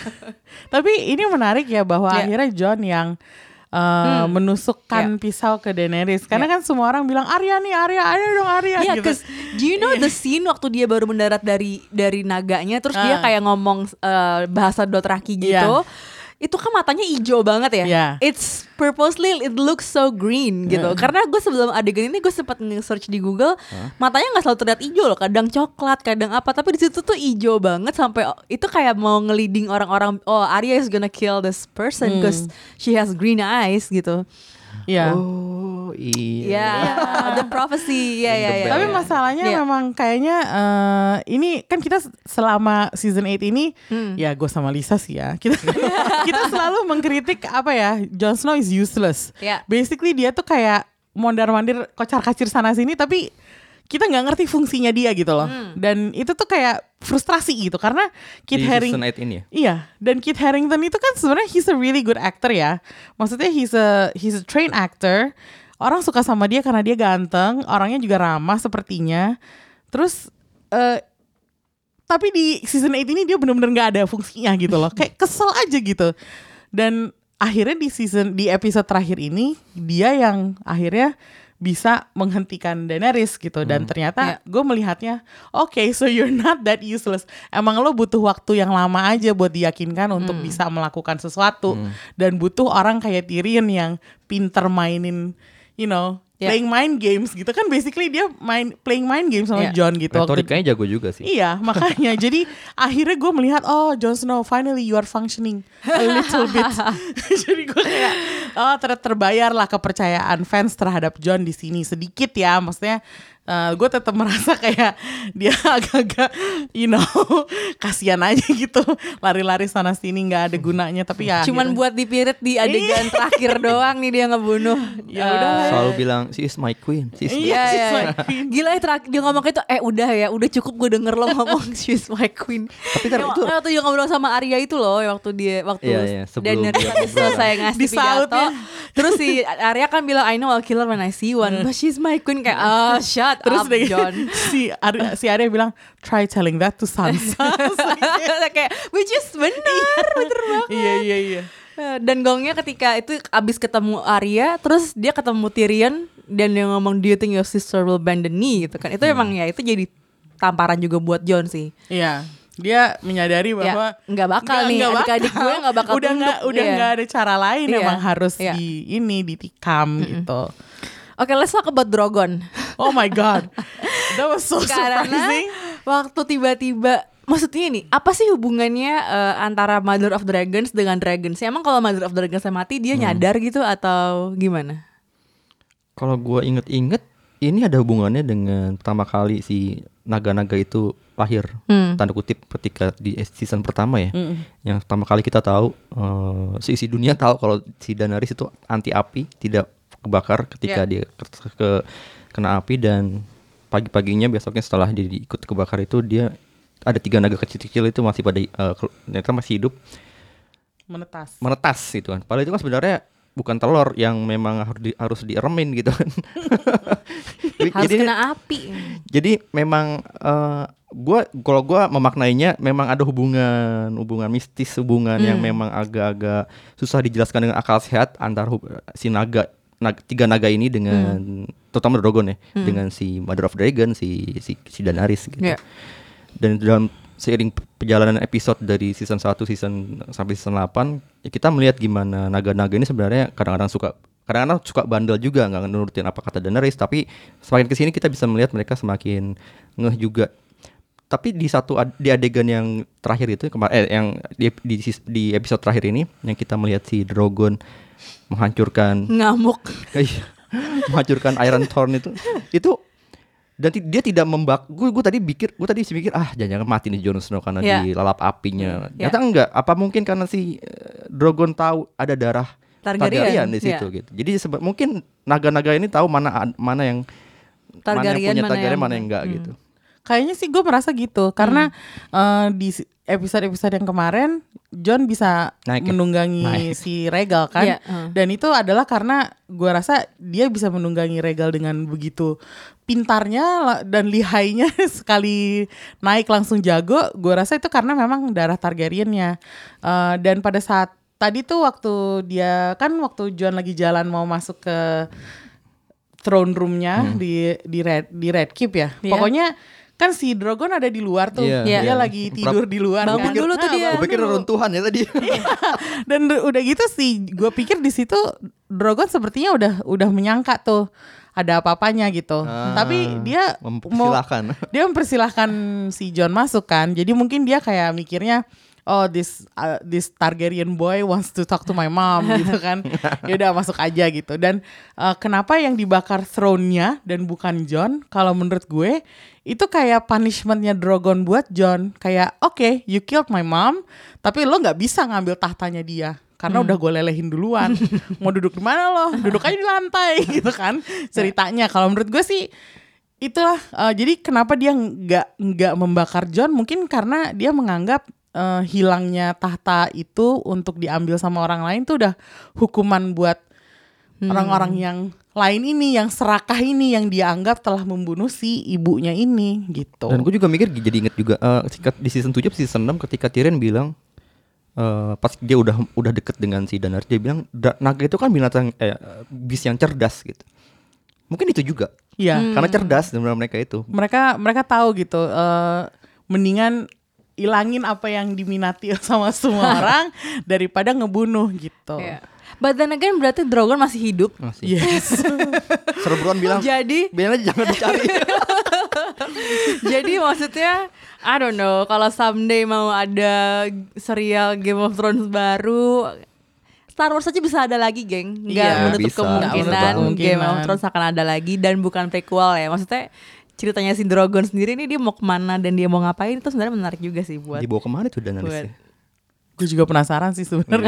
Tapi ini menarik ya bahwa Yeah. akhirnya Jon yang uh, Hmm. menusukkan Yeah. pisau ke Daenerys. Karena kan semua orang bilang Arya nih, Arya, Arya dong Arya Iya, gitu. cause do you know the scene waktu dia baru mendarat dari dari naganya, terus dia Ah. kayak ngomong uh, bahasa Dothraki gitu. Iya. Itu kan matanya hijau banget ya. Iya. It's purposely it looks so green gitu. Iya. Karena gue sebelum adegan ini gue sempat nge-search di Google, matanya nggak selalu terlihat hijau loh. Kadang coklat, kadang apa. Tapi di situ tuh hijau banget sampai itu kayak mau ngeliding orang-orang. Oh, Arya is gonna kill this person because she has green eyes gitu. Iya. Oh Ya, iya. the prophecy. Ya, ya, ya. Tapi ya. masalahnya Iya. memang kayaknya uh, ini kan kita selama season eight ini Hmm. ya gue sama Lisa sih ya kita kita selalu mengkritik apa ya Jon Snow is useless. Iya. Basically dia tuh kayak mondar-mandir kocar-kacir sana sini tapi kita nggak ngerti fungsinya dia gitu loh. Hmm. Dan itu tuh kayak frustrasi gitu karena Kit Di Haring season eight ini ya. Iya, dan Kit Harington itu kan sebenarnya he's a really good actor ya. Maksudnya he's a he's a trained actor. Orang suka sama dia karena dia ganteng, orangnya juga ramah sepertinya. Terus eh tapi di season eight ini dia benar-benar nggak ada fungsinya gitu loh. Kayak kesel aja gitu. Dan akhirnya di season di episode terakhir ini dia yang akhirnya bisa menghentikan Daenerys gitu. Dan ternyata gue melihatnya oke, okay, so you're not that useless. Emang lo butuh waktu yang lama aja buat diyakinkan untuk bisa melakukan sesuatu. Dan butuh orang kayak Tyrion yang pinter mainin, you know, Yeah. playing mind games gitu kan. Basically dia main playing mind games sama Yeah. Jon gitu. Waktu- Retorikanya jago juga sih. Iya, makanya jadi akhirnya gue melihat oh Jon Snow finally you are functioning a little bit. Jadi gue kayak oh ter terbayar lah kepercayaan fans terhadap Jon di sini sedikit ya, maksudnya gue tetap merasa kayak dia agak-agak you know kasihan aja gitu lari-lari sana sini nggak ada gunanya tapi ya Cuman akhirnya- buat dipirit di adegan terakhir doang nih dia ngebunuh. Ya udah lah ya. Selalu bilang she is my queen. She is my Iya, Iya, she's iya. my queen. Gila ya terakhir dia ngomong kayak itu eh udah ya udah cukup gue denger lo ngomong she's my queen. Tapi kan Yang- itu- waktu dia ngobrol sama Arya itu loh waktu dia waktu Iya, iya, sebelum Daenerys dia habis ngobrol. selesai ngasih Di pidato. sautnya. Terus si Arya kan bilang I know I'll kill her when I see one, but she's my queen kayak ah shut Terus up deh, Jon. si Ar si Arya bilang try telling that to Sansa. Kayak which is benar, bener banget. Iya iya iya. Dan gongnya ketika itu abis ketemu Arya, terus dia ketemu Tyrion dan dia ngomong do you think your sister will bend the knee gitu kan. Itu emang ya itu jadi tamparan juga buat Jon sih. Iya, dia menyadari bahwa Ya, nggak bakal nih, adik-adik gue nggak bakal udah nggak tunduk, udah iya. nggak ada cara lain, Iya, emang harus iya. di ini ditikam gitu. Oke, let's talk about Drogon. Oh my god, that was so Karena surprising. waktu tiba-tiba maksudnya nih, apa sih hubungannya eh, antara Mother of Dragons dengan Dragons? Emang kalau Mother of Dragons mati dia nyadar gitu atau gimana? Kalau gue inget-inget, ini ada hubungannya dengan pertama kali si naga-naga itu lahir, Hmm. tanda kutip ketika di season pertama ya. Yang pertama kali kita tahu, eh, si, si dunia tahu kalau si Daenerys itu anti api, tidak kebakar ketika Yeah. dia ke, ke kena api, dan pagi-paginya besoknya setelah dia ikut kebakar itu dia ada tiga naga kecil-kecil itu masih pada eh, ke- ternyata masih hidup Menetas. menetas gitu kan. Padahal itu kan sebenarnya bukan telur yang memang harus di, harus dieremin gitu kan. Jadi- Harus jadi, kena api. jadi memang eh, gua kalau gua memaknainya memang ada hubungan hubungan mistis, hubungan yang Hmm. memang agak-agak susah dijelaskan dengan akal sehat antara hub- si naga, naga tiga naga ini dengan Hmm. terutama Drogon ya, Hmm. dengan si Mother of Dragon, si si, si Daenerys gitu. Yeah. Dan dalam seiring perjalanan episode dari season satu season sampai season delapan, ya kita melihat gimana naga-naga ini sebenarnya kadang-kadang suka kadang-kadang suka bandel juga, nggak nurutin apa kata Daenerys, tapi semakin kesini kita bisa melihat mereka semakin ngeh juga. Tapi di satu ad- di adegan yang terakhir itu kemar- eh yang di, di di episode terakhir ini yang kita melihat si Drogon menghancurkan Ngamuk. Iya. menghancurkan Iron Throne itu itu dan ti- dia tidak membak gue gue tadi pikir gue tadi sih mikir ah jangan-jangan mati nih Jon Snow karena Yeah. dilalap apinya. Yeah. Ternyata enggak, apa mungkin karena si eh, Drogon tahu ada darah Targaryen. Targaryen di situ Yeah. gitu. Jadi seba- mungkin naga-naga ini tahu mana ad- mana yang Targaryen, mana yang punya mana Targaryen yang- mana yang enggak hmm. gitu. Kayaknya sih gue merasa gitu karena eh, di si- episode-episode yang kemarin Jon bisa Naik ya? menunggangi Naik. si Rhaegal kan, Iya, uh. dan itu adalah karena gue rasa dia bisa menunggangi Rhaegal dengan begitu pintarnya la- dan lihainya sekali naik langsung jago. Gue rasa itu karena memang darah Targaryennya. Eh, dan pada saat tadi tuh waktu dia kan waktu Jon lagi jalan mau masuk ke throne roomnya di di Red di Red Keep ya. Iya. Pokoknya kan si Drogon ada di luar tuh. Iya, Dia iya. lagi tidur di luar. Bangun kan. dulu tuh dia. Gue pikir runtuhan ya tadi. Dan udah gitu sih, gue pikir di situ Drogon sepertinya udah udah menyangka tuh ada apa-apanya gitu. Ah, Tapi dia mau mempersilahkan. dia mempersilahkan si Jon masuk kan. Jadi mungkin dia kayak mikirnya oh this uh, this Targaryen boy wants to talk to my mom gitu kan. Ya udah masuk aja gitu. Dan uh, kenapa yang dibakar throne-nya dan bukan Jon? Kalau menurut gue itu kayak punishmentnya Drogon buat Jon. Kayak oke, okay, you killed my mom, tapi lo nggak bisa ngambil tahtanya dia karena udah gue lelehin duluan. Mau duduk di mana lo? Duduk aja di lantai gitu kan ceritanya. Kalau menurut gue sih itulah. Uh, jadi kenapa dia nggak nggak membakar Jon? Mungkin karena dia menganggap uh, hilangnya tahta itu untuk diambil sama orang lain tuh udah hukuman buat hmm. orang-orang yang lain ini, yang serakah ini, yang dia anggap telah membunuh si ibunya ini gitu. Dan gue juga mikir jadi inget juga uh, di season tujuh season enam ketika Tyrion bilang uh, pas dia udah udah deket dengan si Daenerys, dia bilang naga itu kan binatang eh, bis yang cerdas gitu. Mungkin itu juga. Iya. Hmm. Karena cerdas sebenarnya mereka itu. Mereka mereka tahu gitu. Uh, mendingan ilangin apa yang diminati sama semua orang daripada ngebunuh gitu. Yeah. But then again berarti Drogon masih hidup. Masih. Yes. Serbuan bilang Jadi bilang aja jangan dicari. Jadi maksudnya I don't know, kalau someday mau ada serial Game of Thrones baru, Star Wars aja bisa ada lagi, geng. Nggak Iya, menutup bisa. kemungkinan Nggak menutup kemungkinan. Game of Thrones akan ada lagi dan bukan prequel ya. Maksudnya ceritanya si Drogon sendiri ini dia mau kemana dan dia mau ngapain itu sebenarnya menarik juga sih buat. Dibawa kemana tuh Daenerys? buat- ya? Gue juga penasaran sih sebenarnya.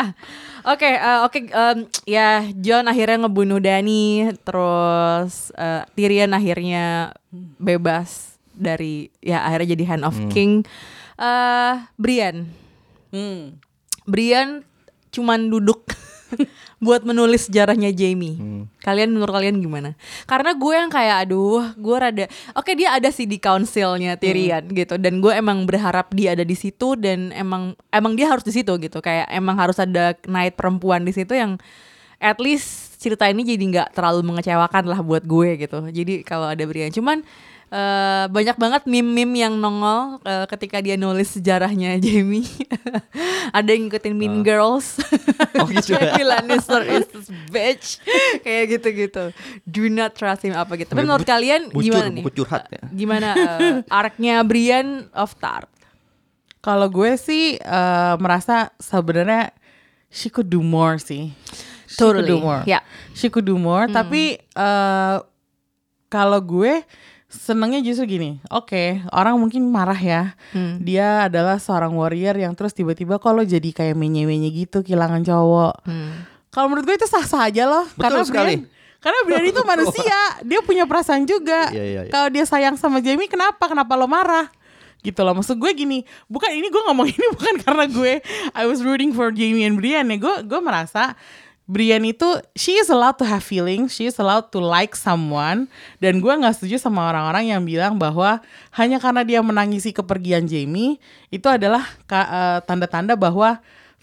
Oke, eh, oke, em, ya Jon akhirnya ngebunuh Dany, terus eh, Tyrion akhirnya bebas dari, ya akhirnya jadi Hand of King. Eh, Brienne, Hmm. Brienne cuman duduk buat menulis sejarahnya Jaime. Hmm. Kalian menurut kalian gimana? Karena gue yang kayak aduh, gue rada oke dia ada sih di councilnya Tyrion gitu, dan gue emang berharap dia ada di situ dan emang emang dia harus di situ gitu, kayak emang harus ada knight perempuan di situ yang at least cerita ini jadi nggak terlalu mengecewakan lah buat gue gitu. Jadi kalau ada Brienne, cuman eh, banyak banget meme-meme yang nongol eh, ketika dia nulis sejarahnya Jaime. Ada yang ngikutin Mean Girls. Oh gitu ya? Jaime Lannister is this bitch. Kayak gitu-gitu. Do not trust him apa gitu. Tapi menurut kalian Bucur, gimana nih? buku curhat ya. Gimana eh, arc-nya Brienne of Tarth? Kalau gue sih eh, merasa sebenarnya she could do more sih. She could Totally. do more. Ya. She could do more. Tapi eh, kalau gue senengnya justru gini. Oke, orang mungkin marah ya. Hmm. Dia adalah seorang warrior yang terus tiba-tiba kalau jadi kayak menye-menye gitu kehilangan cowok. Hmm. Kalau menurut gue itu sah-sah aja loh. Betul karena sekali. Brian, karena Brian itu manusia, dia punya perasaan juga. Iya, iya, iya. Kalau dia sayang sama Jaime, kenapa? Kenapa lo marah? Gitu loh. Maksud gue gini, bukan ini gue ngomong ini bukan karena gue I was rooting for Jaime and Brian ya. Gue gue merasa Brienne itu she is allowed to have feelings, she is allowed to like someone, dan gue nggak setuju sama orang-orang yang bilang bahwa hanya karena dia menangisi kepergian Jaime itu adalah ka, uh, tanda-tanda bahwa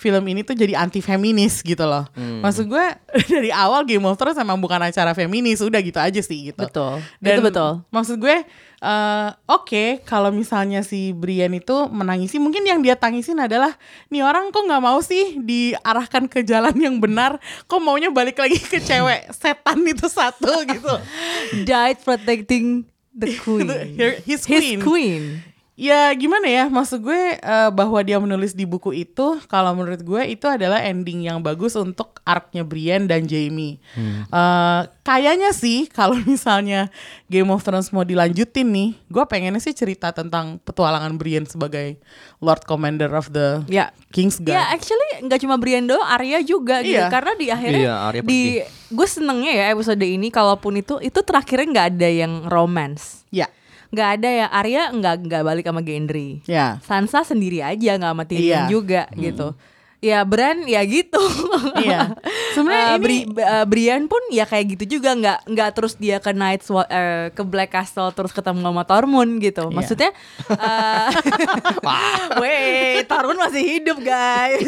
film ini tuh jadi anti feminis gitu loh. Hmm. Maksud gue dari awal Game of Thrones emang bukan acara feminis, udah gitu aja sih gitu. Betul. Dan itu betul. Maksud gue uh, oke okay, kalau misalnya si Brienne itu menangisi, mungkin yang dia tangisin adalah nih orang kok nggak mau sih diarahkan ke jalan yang benar, kok maunya balik lagi ke cewek setan itu satu gitu. Died protecting the queen. His queen. His queen. Ya gimana ya, maksud gue uh, bahwa dia menulis di buku itu, kalau menurut gue itu adalah ending yang bagus untuk arc-nya Brienne dan Jaime. Hmm. Uh, kayaknya sih kalau misalnya Game of Thrones mau dilanjutin nih, gue pengennya sih cerita tentang petualangan Brienne sebagai Lord Commander of the ya. Kingsguard. Ya actually nggak cuma Brienne doang, Arya juga gitu. Iya. Karena di akhirnya iya, Arya di gue senengnya ya episode ini, kalaupun itu itu terakhirnya nggak ada yang romance. Ya. Nggak ada ya, Arya nggak nggak balik sama Gendry. Ya. Sansa sendiri aja nggak sama Tyrion Iya. juga hmm. gitu. Ya Bran ya gitu. Iya. Sebenarnya uh, ini Bri, uh, Brienne pun ya kayak gitu juga, nggak nggak terus dia ke Night's Wa- uh, ke Black Castle terus ketemu sama Tormund gitu. Iya. Maksudnya uh, wait, Tormund masih hidup guys.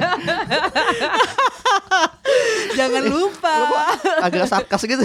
Jangan lupa. Agak sarkas gitu.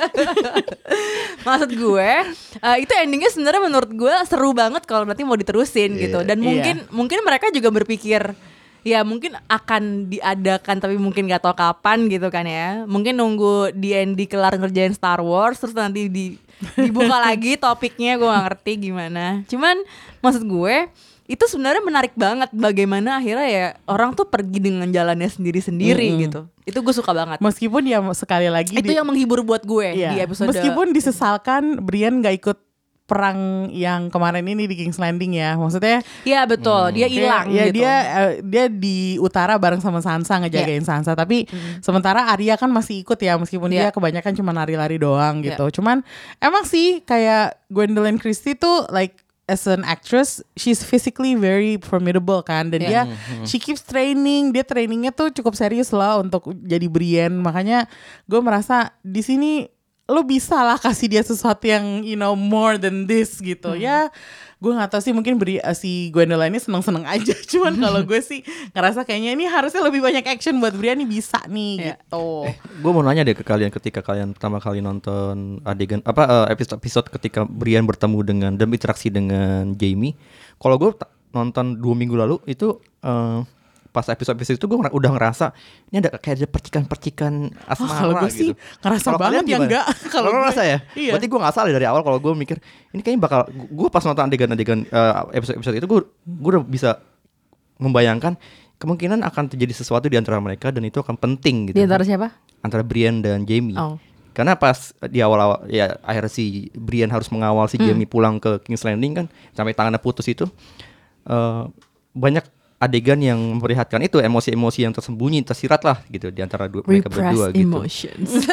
Maksud gue uh, itu endingnya sebenarnya menurut gue seru banget kalau nanti mau diterusin yeah. gitu. Dan mungkin yeah. mungkin mereka juga berpikir ya mungkin akan diadakan tapi mungkin gak tahu kapan gitu kan ya. Mungkin nunggu D and D kelar ngerjain Star Wars terus nanti di, dibuka lagi topiknya, gue gak ngerti gimana. Cuman maksud gue itu sebenarnya menarik banget bagaimana akhirnya ya orang tuh pergi dengan jalannya sendiri-sendiri mm-hmm. gitu. Itu gue suka banget. Meskipun ya sekali lagi itu di, yang menghibur buat gue iya. di episode. Meskipun disesalkan Brienne gak ikut perang yang kemarin ini di King's Landing ya, maksudnya. Iya betul, hmm. dia hilang ya, gitu. Dia uh, dia di utara bareng sama Sansa ngejagain yeah. Sansa, tapi hmm. sementara Arya kan masih ikut ya, meskipun yeah. dia kebanyakan cuma lari-lari doang gitu. Yeah. Cuman emang sih kayak Gwendolyn Christie tuh like as an actress, she's physically very formidable kan, dan yeah. dia mm-hmm. she keeps training, dia trainingnya tuh cukup serius lah untuk jadi Brienne. Makanya gue merasa di sini lo bisa lah kasih dia sesuatu yang you know more than this gitu. Hmm. Ya gue nggak tahu sih, mungkin beri, uh, si Gwendolyn ini seneng-seneng aja. Cuman kalau gue sih ngerasa kayaknya ini harusnya lebih banyak action buat Brienne nih, bisa nih yeah. gitu. Eh, gue mau nanya deh ke kalian, ketika kalian pertama kali nonton adegan apa uh, episode episode ketika Brienne bertemu dengan dan interaksi dengan Jaime. Kalau gue t- nonton dua minggu lalu itu uh, pas episode-episode itu gue udah ngerasa ini ada kayak ada percikan-percikan asmara. Oh, kalau gue gitu. sih ngerasa kalo banget ya enggak. Kalau ngerasa ya, iya. Berarti gue nggak salah dari awal kalau gue mikir ini kayaknya bakal, gue pas nonton adegan-adegan uh, episode-episode itu gue gue udah bisa membayangkan kemungkinan akan terjadi sesuatu di antara mereka dan itu akan penting gitu. Di antara siapa? Antara Brienne dan Jaime. Oh. Karena pas di awal-awal ya akhirnya si Brienne harus mengawal si Jaime hmm. pulang ke King's Landing kan, sampai tangannya putus itu uh, banyak adegan yang memperlihatkan itu emosi-emosi yang tersembunyi, tersirat lah gitu di antara dua, mereka berdua gitu. Emotions.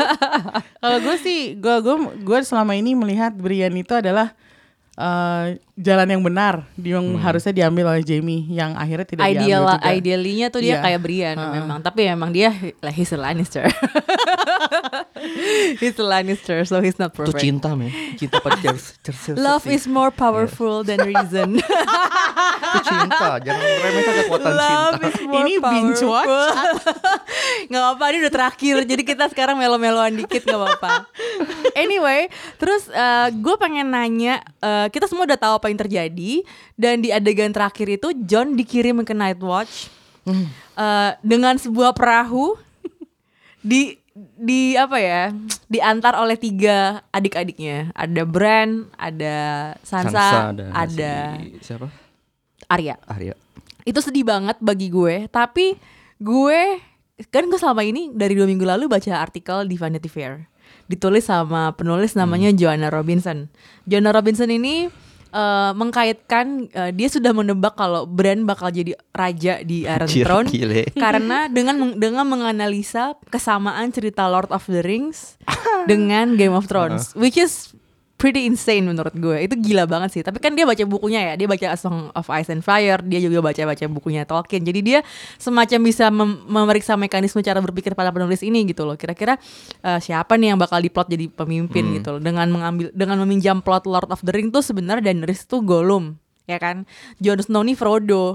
Kalau gue sih, gue gue gue selama ini melihat Brienne itu adalah uh, jalan yang benar, yang hmm. harusnya diambil oleh Jaime, yang akhirnya tidak Ideal, diambil juga. Idealinya tuh dia yeah. kayak Brienne uh-uh. memang, tapi memang dia like he's a Lannister. He's a Lannister, so he's not perfect. Itu cinta men, cinta pada Cersei. Love is more powerful yeah. than reason. Itu cinta, jangan meremehkan kekuatan Love cinta. Is more ini binge watch. Gak apa-apa, ini udah terakhir, jadi kita sekarang melo-meloan dikit, gak apa-apa. Anyway, terus uh, gue pengen nanya, uh, kita semua udah tahu apa yang terjadi, dan di adegan terakhir itu Jon dikirim ke Night Watch hmm. uh, dengan sebuah perahu di di apa ya, diantar oleh tiga adik-adiknya. Ada Bran, ada Sansa, Sansa ada si, siapa? Arya. Arya. Itu sedih banget bagi gue, tapi gue kan gue selama ini dari dua minggu lalu baca artikel di Vanity Fair, ditulis sama penulis namanya hmm. Joanna Robinson. Joanna Robinson ini Uh, mengkaitkan uh, dia sudah menebak kalau Bran bakal jadi raja di Iron Throne karena dengan dengan menganalisa kesamaan cerita Lord of the Rings dengan Game of Thrones, uh. which is pretty insane menurut gue. Itu gila banget sih. Tapi kan dia baca bukunya ya, dia baca A Song of Ice and Fire, dia juga baca-baca bukunya Tolkien. Jadi dia semacam bisa mem- memeriksa mekanisme cara berpikir para penulis ini gitu loh. Kira-kira uh, siapa nih yang bakal diplot jadi pemimpin hmm. gitu loh. Dengan mengambil dengan meminjam plot Lord of the Ring tuh sebenarnya Daenerys tuh Gollum, ya kan? Jon Snow nih Frodo.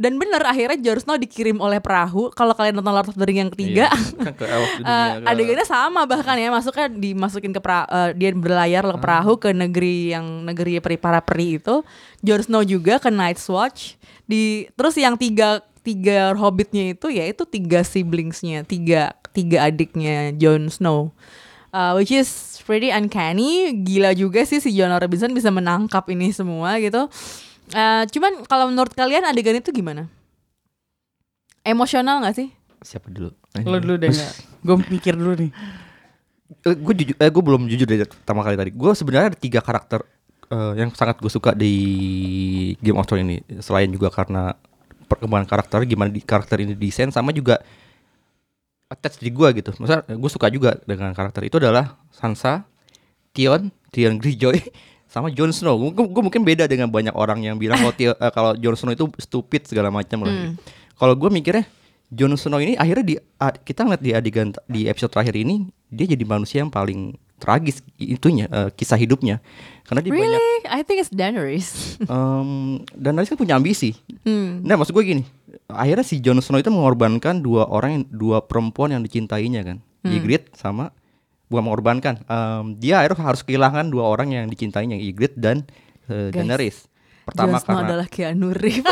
Dan bener akhirnya Jon Snow dikirim oleh perahu. Kalau kalian nonton Lord of the Rings yang ketiga, Iya, kan ke elf di dunia, uh, ke- adegannya sama bahkan ya, masuknya dimasukin ke perahu, uh, dia berlayar ke perahu ke negeri yang negeri peri para peri itu. Jon Snow juga ke Night's Watch. Di terus yang tiga tiga hobbitnya itu ya itu tiga siblingsnya, tiga tiga adiknya Jon Snow. Uh, which is pretty uncanny. Gila juga sih si John Robinson bisa menangkap ini semua gitu. Uh, cuman kalau menurut kalian adegan itu gimana? Emosional gak sih? Siapa dulu? Lo dulu deh nggak? Gue mikir dulu nih. Gue jujur, eh, gue belum jujur dari pertama kali tadi. Gue sebenarnya ada tiga karakter uh, yang sangat gue suka di Game of Thrones ini. Selain juga karena perkembangan karakter, gimana di karakter ini desain, sama juga attach di gue gitu. Maksudnya gue suka juga dengan karakter itu adalah Sansa, Theon, Theon Greyjoy, sama Jon Snow. Gue mungkin beda dengan banyak orang yang bilang kalau Theo, uh, kalau Jon Snow itu stupid segala macam lah. Hmm. Kalau gue mikirnya Jon Snow ini akhirnya di a- kita ngeliat di adegan di episode terakhir ini dia jadi manusia yang paling tragis itunya, uh, kisah hidupnya. Karena dia banyak Really? I think it's Daenerys. um, dan Daenerys kan punya ambisi. Hmm. Nah maksud gue gini, akhirnya si Jon Snow itu mengorbankan dua orang, yang, dua perempuan yang dicintainya kan, Hmm. Ygritte sama bukan mengorbankan, um, dia akhirnya harus kehilangan dua orang yang dicintainya, Ygritte dan uh, Guys, Daenerys. Pertama Jon Snow karena adalah Keanu Reeves.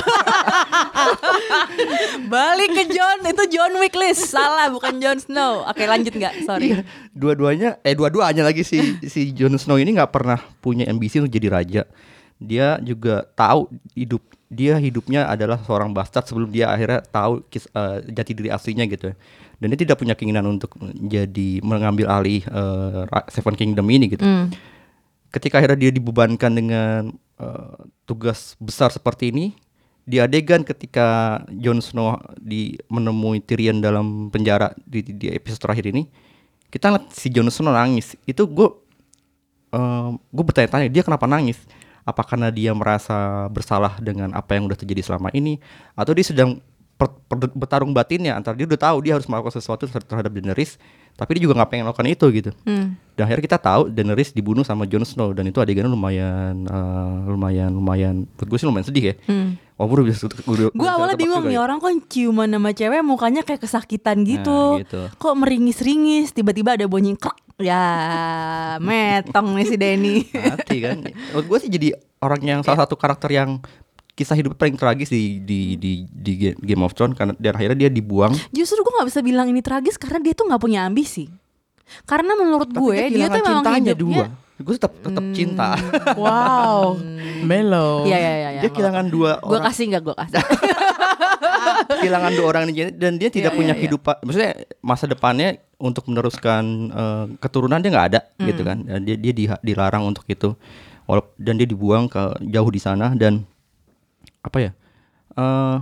Balik ke John, itu John Wick list. Salah, bukan Jon Snow. Oke, lanjut nggak? Sorry. Iya, dua-duanya eh dua-duanya lagi si si Jon Snow ini nggak pernah punya ambisi untuk jadi raja. Dia juga tahu hidup dia hidupnya adalah seorang bastard sebelum dia akhirnya tahu kis, uh, jati diri aslinya gitu. Dan dia tidak punya keinginan untuk menjadi mengambil alih uh, Seven Kingdom ini gitu. Hmm. Ketika akhirnya dia dibebankan dengan uh, tugas besar seperti ini, di adegan ketika Jon Snow di menemui Tyrion dalam penjara di, di episode terakhir ini, kita ngeliat si Jon Snow nangis. Itu gue uh, gue bertanya-tanya dia kenapa nangis? Apa karena dia merasa bersalah dengan apa yang udah terjadi selama ini, atau dia sedang per, per, bertarung batinnya antara dia udah tahu dia harus melakukan sesuatu terhadap Daenerys, tapi dia juga nggak pengen melakukan itu gitu. Hmm. Dan akhirnya kita tahu Daenerys dibunuh sama Jon Snow, dan itu adegannya lumayan uh, lumayan lumayan menurut gue sih lumayan sedih ya. Hmm. Walaupun udah, udah, Gue awalnya bingung nih, orang kok ciuman sama cewek mukanya kayak kesakitan gitu. Nah, gitu. Kok meringis-ringis, tiba-tiba ada bunyi krek. Ya, metong nih si Denny. Mati kan. Menurut gue sih jadi orang yang salah satu karakter yang kisah hidup paling tragis di di di, di Game of Thrones, karena dan akhirnya dia dibuang. Justru gue nggak bisa bilang ini tragis karena dia tuh nggak punya ambisi. Karena menurut Tapi gue dia, kehilangan tuh memang cintanya hidupnya. dua. Gue tetap tetap cinta. Wow, mellow. Iya iya iya. Dia kehilangan dua Gue orang. kasih nggak gue kasih. Kehilangan dua orang ini, dan dia tidak Iya, punya iya, iya. kehidupan. Maksudnya masa depannya untuk meneruskan uh, keturunan dia nggak ada gitu kan. Dan dia dia di- dilarang untuk itu. Walaupun dan dia dibuang ke jauh di sana, dan apa ya? Uh,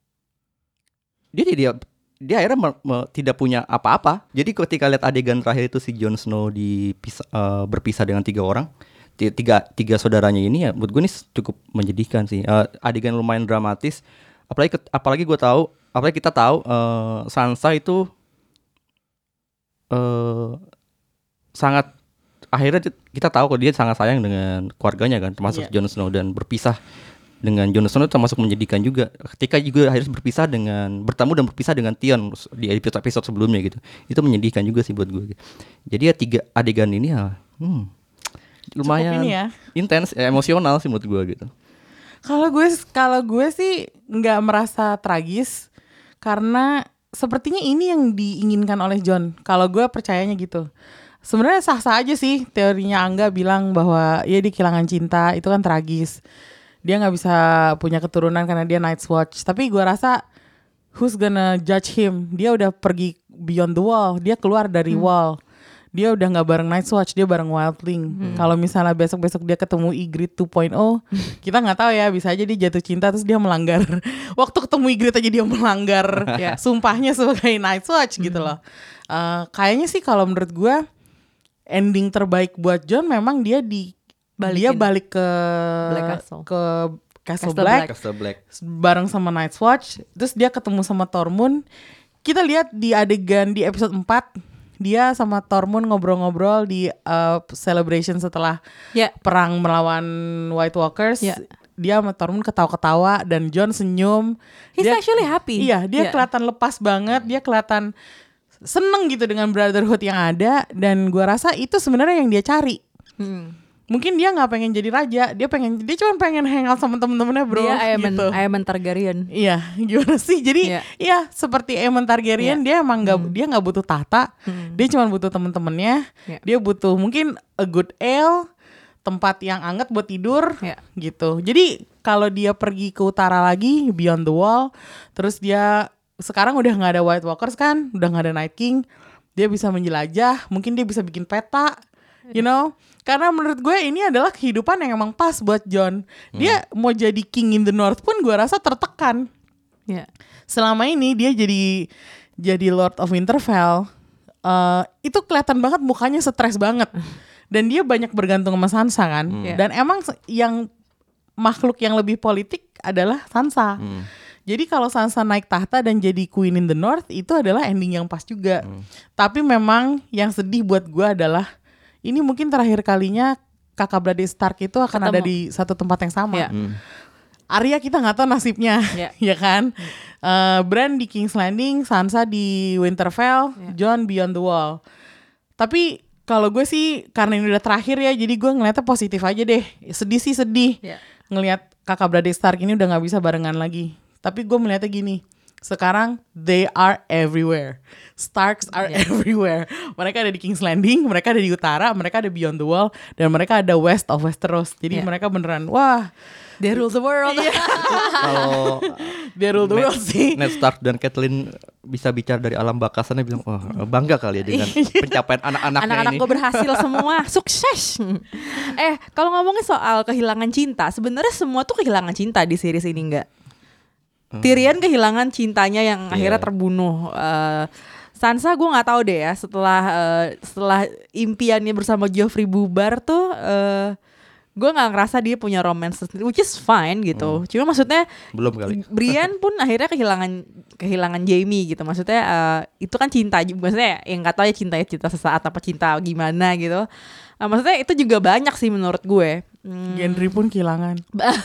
dia tidak dia akhirnya me- me- tidak punya apa-apa. Jadi ketika lihat adegan terakhir itu si Jon Snow dipisah, uh, berpisah dengan tiga orang, ti- tiga tiga saudaranya ini, ya menurut gue ini cukup menyedihkan sih. Uh, adegan lumayan dramatis. Apalagi ket- apalagi gue tahu, apalagi kita tahu uh, Sansa itu uh, sangat akhirnya kita tahu kalau dia sangat sayang dengan keluarganya kan, termasuk Iya. Jon Snow, dan berpisah dengan Jon Snow itu termasuk menyedihkan juga. Ketika juga akhirnya berpisah dengan bertemu dan berpisah dengan Theon di episode episode sebelumnya gitu, itu menyedihkan juga sih buat gue. Jadi ya tiga adegan ini ya, hmm, lumayan ini ya. intens, ya, emosional sih menurut gue gitu. Kalau gue kalau gue sih nggak merasa tragis karena sepertinya ini yang diinginkan oleh John. Kalau gue percayanya gitu. Sebenarnya sah-sah aja sih teorinya Angga bilang bahwa ya dia kehilangan cinta itu kan tragis. Dia nggak bisa punya keturunan karena dia Night's Watch. Tapi gue rasa who's gonna judge him? Dia udah pergi beyond the wall. Dia keluar dari wall. Dia udah nggak bareng Night's Watch, dia bareng Wildling. Hmm. Kalau misalnya besok-besok dia ketemu Ygritte dua titik nol, kita nggak tahu ya, bisa aja dia jatuh cinta terus dia melanggar. Waktu ketemu Ygritte aja dia melanggar ya, sumpahnya sebagai Night's Watch gitu loh. Uh, kayaknya sih kalau menurut gue ending terbaik buat Jon memang dia di Balikin. dia balik ke Black Castle. ke Castle, Castle Black, Black. Castle Black. bareng sama Night's Watch. Terus dia ketemu sama Tormund. Kita lihat di adegan di episode empat, dia sama Tormund ngobrol-ngobrol di uh, celebration setelah Ya. perang melawan White Walkers. Ya. dia sama Tormund ketawa-ketawa dan Jon senyum. He's Dia- actually happy. Iya, dia Yeah. kelihatan lepas banget, dia kelihatan seneng gitu dengan brotherhood yang ada, dan gua rasa itu sebenarnya yang dia cari. Hmm. Mungkin dia nggak pengen jadi raja, dia pengen dia cuma pengen hangout sama temen-temennya bro. Dia Aemon, gitu. Aemon Targaryen. Iya, gimana sih? Jadi Iya. ya seperti Aemon Targaryen, dia emang nggak dia nggak butuh tahta, dia cuma butuh temen-temennya, Iya. dia butuh mungkin a good ale, tempat yang anget buat tidur, Iya. gitu. Jadi kalau dia pergi ke utara lagi, Beyond the Wall, terus dia sekarang udah nggak ada White Walkers kan, udah nggak ada Night King, dia bisa menjelajah, mungkin dia bisa bikin peta, you know. Karena menurut gue ini adalah kehidupan yang emang pas buat Jon. Dia mau jadi king in the north pun gue rasa tertekan. Ya. Selama ini dia jadi jadi Lord of Winterfell, uh, itu kelihatan banget mukanya stres banget. Dan dia banyak bergantung sama Sansa kan. Hmm. Dan emang se- yang makhluk yang lebih politik adalah Sansa. Hmm. Jadi kalau Sansa naik tahta dan jadi Queen in the North, itu adalah ending yang pas juga. Tapi memang yang sedih buat gue adalah ini mungkin terakhir kalinya kakak beradik Stark itu akan Ketemu. ada di satu tempat yang sama. Iya. Hmm. Arya kita nggak tahu nasibnya, Iya. ya kan? Eh, Bran di King's Landing, Sansa di Winterfell, Iya. Jon Beyond the Wall. Tapi kalau gue sih karena ini udah terakhir ya, jadi gue ngeliatnya positif aja deh. Sedih sih sedih, Iya. ngelihat kakak beradik Stark ini udah nggak bisa barengan lagi. Tapi gue melihatnya gini, sekarang they are everywhere. Starks are Yeah. everywhere. Mereka ada di King's Landing, mereka ada di utara, mereka ada Beyond the Wall, dan mereka ada west of Westeros. Jadi Yeah. mereka beneran, wah, They rule the world. Kalau they rule the Ned- world sih. Ned Stark dan Catelyn bisa bicara dari alam baka sana, bilang wah bangga kali ya dengan pencapaian anak-anaknya Anak-anak ini. gue berhasil semua, sukses. Eh, kalau ngomongin soal kehilangan cinta, sebenarnya semua tuh kehilangan cinta di series ini enggak? Tyrion kehilangan cintanya yang Iya. akhirnya terbunuh. Eh, Sansa gue nggak tahu deh ya, setelah eh, setelah impiannya bersama Joffrey bubar tuh, eh, gue nggak ngerasa dia punya romance sendiri, which is fine gitu. Cuma maksudnya Belum kali. Brian pun akhirnya kehilangan kehilangan Jaime gitu. Maksudnya eh, itu kan cinta juga, maksudnya yang nggak tahu ya cinta cinta sesaat apa cinta gimana gitu. Eh, maksudnya itu juga banyak sih menurut gue. Hmm, Gendry pun kehilangan.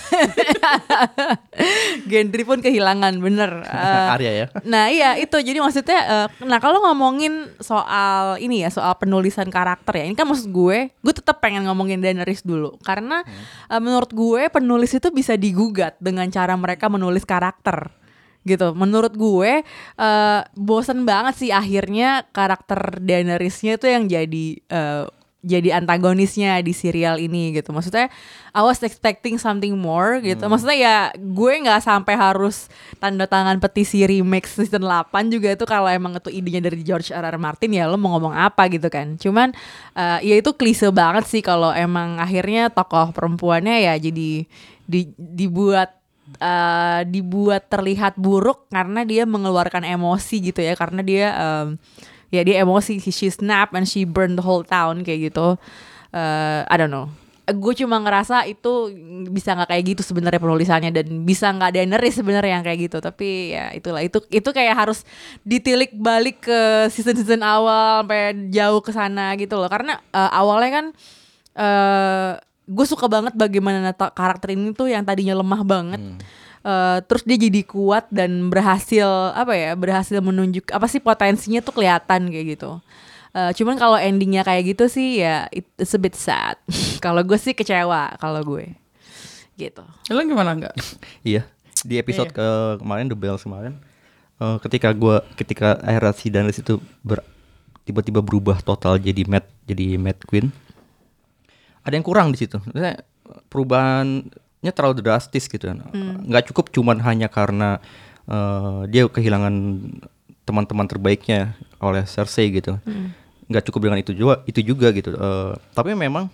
Gendry pun kehilangan, bener. Eh, Arya ya. Nah iya itu, jadi maksudnya eh, nah kalau ngomongin soal ini ya, soal penulisan karakter ya, ini kan maksud gue gue tetap pengen ngomongin Daenerys dulu karena eh, menurut gue penulis itu bisa digugat dengan cara mereka menulis karakter gitu. Menurut gue eh, bosen banget sih akhirnya karakter Daenerysnya itu yang jadi eh, jadi antagonisnya di serial ini gitu. Maksudnya I was expecting something more gitu. Maksudnya ya gue nggak sampai harus tanda tangan petisi remake season delapan juga, itu kalau emang itu idenya dari George R R Martin ya lo mau ngomong apa gitu kan. Cuman uh, ya itu klise banget sih kalau emang akhirnya tokoh perempuannya ya jadi di, dibuat uh, dibuat terlihat buruk karena dia mengeluarkan emosi gitu ya, karena dia um, ya dia emosi, she snap and she burn the whole town kayak gitu. Uh, I don't know. Gue cuma ngerasa itu bisa nggak kayak gitu sebenarnya penulisannya, dan bisa nggak Daenerys sebenarnya yang kayak gitu. Tapi ya itulah, itu itu kayak harus ditilik balik ke season-season awal sampai jauh ke sana gitu loh. Karena uh, awalnya kan uh, gue suka banget bagaimana karakter ini tuh yang tadinya lemah banget. Hmm. Uh, terus dia jadi kuat dan berhasil apa ya berhasil menunjuk apa sih potensinya tuh kelihatan kayak gitu. Uh, cuman kalau endingnya kayak gitu sih ya it's a bit sad. Kalau gue sih kecewa kalau gue gitu. Lo gimana enggak? Iya, di episode Iya. ke kemarin The Bells kemarin, uh, ketika gua ketika akhirnya si Daenerys itu ber, tiba-tiba berubah total jadi Mad jadi Mad Queen, ada yang kurang di situ. Maksudnya perubahannya terlalu drastis gitu kan. Hmm. Nggak cukup cuman hanya karena uh, dia kehilangan teman-teman terbaiknya oleh Cersei gitu. Hmm. Nggak cukup dengan itu juga itu juga gitu. Uh, tapi memang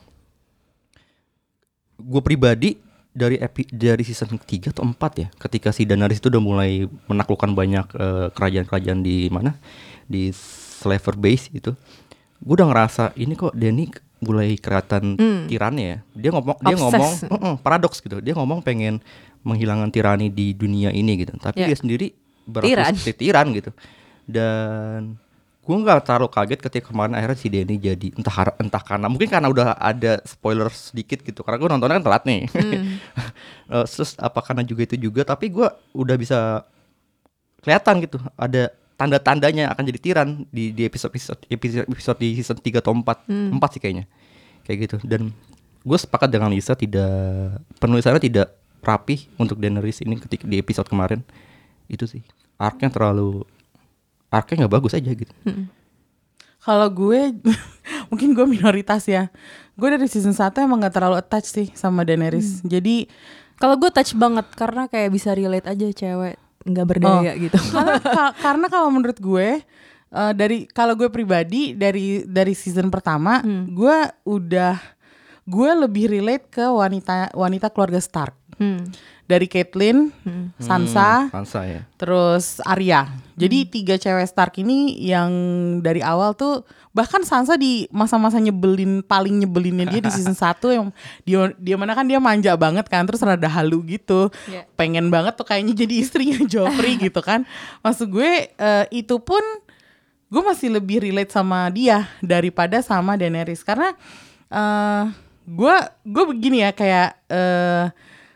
gue pribadi dari epi, dari season ketiga atau empat ya, ketika si Daenerys itu udah mulai menaklukkan banyak uh, kerajaan-kerajaan di mana, di Slaver Base itu, gue udah ngerasa ini kok Dany mulai kelihatan Hmm. tirannya ya. Dia ngomong dia Obses. ngomong uh-uh, paradoks gitu. Dia ngomong pengen menghilangkan tirani di dunia ini gitu. Tapi Ya. dia sendiri Tiran. berlaku seperti tiran gitu. Dan gue nggak terlalu kaget ketika kemarin akhirnya si Danny jadi entah entah karena mungkin karena udah ada spoiler sedikit gitu karena gue nontonnya kan telat nih hmm. uh, terus apa karena juga itu juga tapi gue udah bisa kelihatan gitu ada tanda-tandanya akan jadi tiran di di episode episode episode, episode di season tiga atau empat hmm. empat sih kayaknya kayak gitu dan gue sepakat dengan Lisa tidak penulisannya tidak rapih untuk Daenerys ini ketika di episode kemarin itu sih arc-nya terlalu arc-nya nggak bagus aja gitu. Hmm. Kalau gue mungkin gue minoritas ya. Gue dari season satu emang nggak terlalu attach sih sama Daenerys. Hmm. Jadi kalau gue touch banget karena kayak bisa relate aja cewek nggak berdaya oh. gitu. Karena ka- karena kalau menurut gue uh, dari kalau gue pribadi dari dari season pertama hmm. gue udah gue lebih relate ke wanita wanita keluarga Stark. Hmm. Dari Caitlyn, hmm. Sansa, hmm, Sansa ya. Terus Arya. Jadi hmm. tiga cewek Stark ini yang dari awal tuh bahkan Sansa di masa-masa nyebelin paling nyebelinnya dia di season satu yang dia dia mana kan dia manja banget kan terus rada halu gitu. Yeah. Pengen banget tuh kayaknya jadi istrinya Joffrey gitu kan. Maksud gue uh, itu pun gue masih lebih relate sama dia daripada sama Daenerys karena uh, gue gue begini ya kayak uh,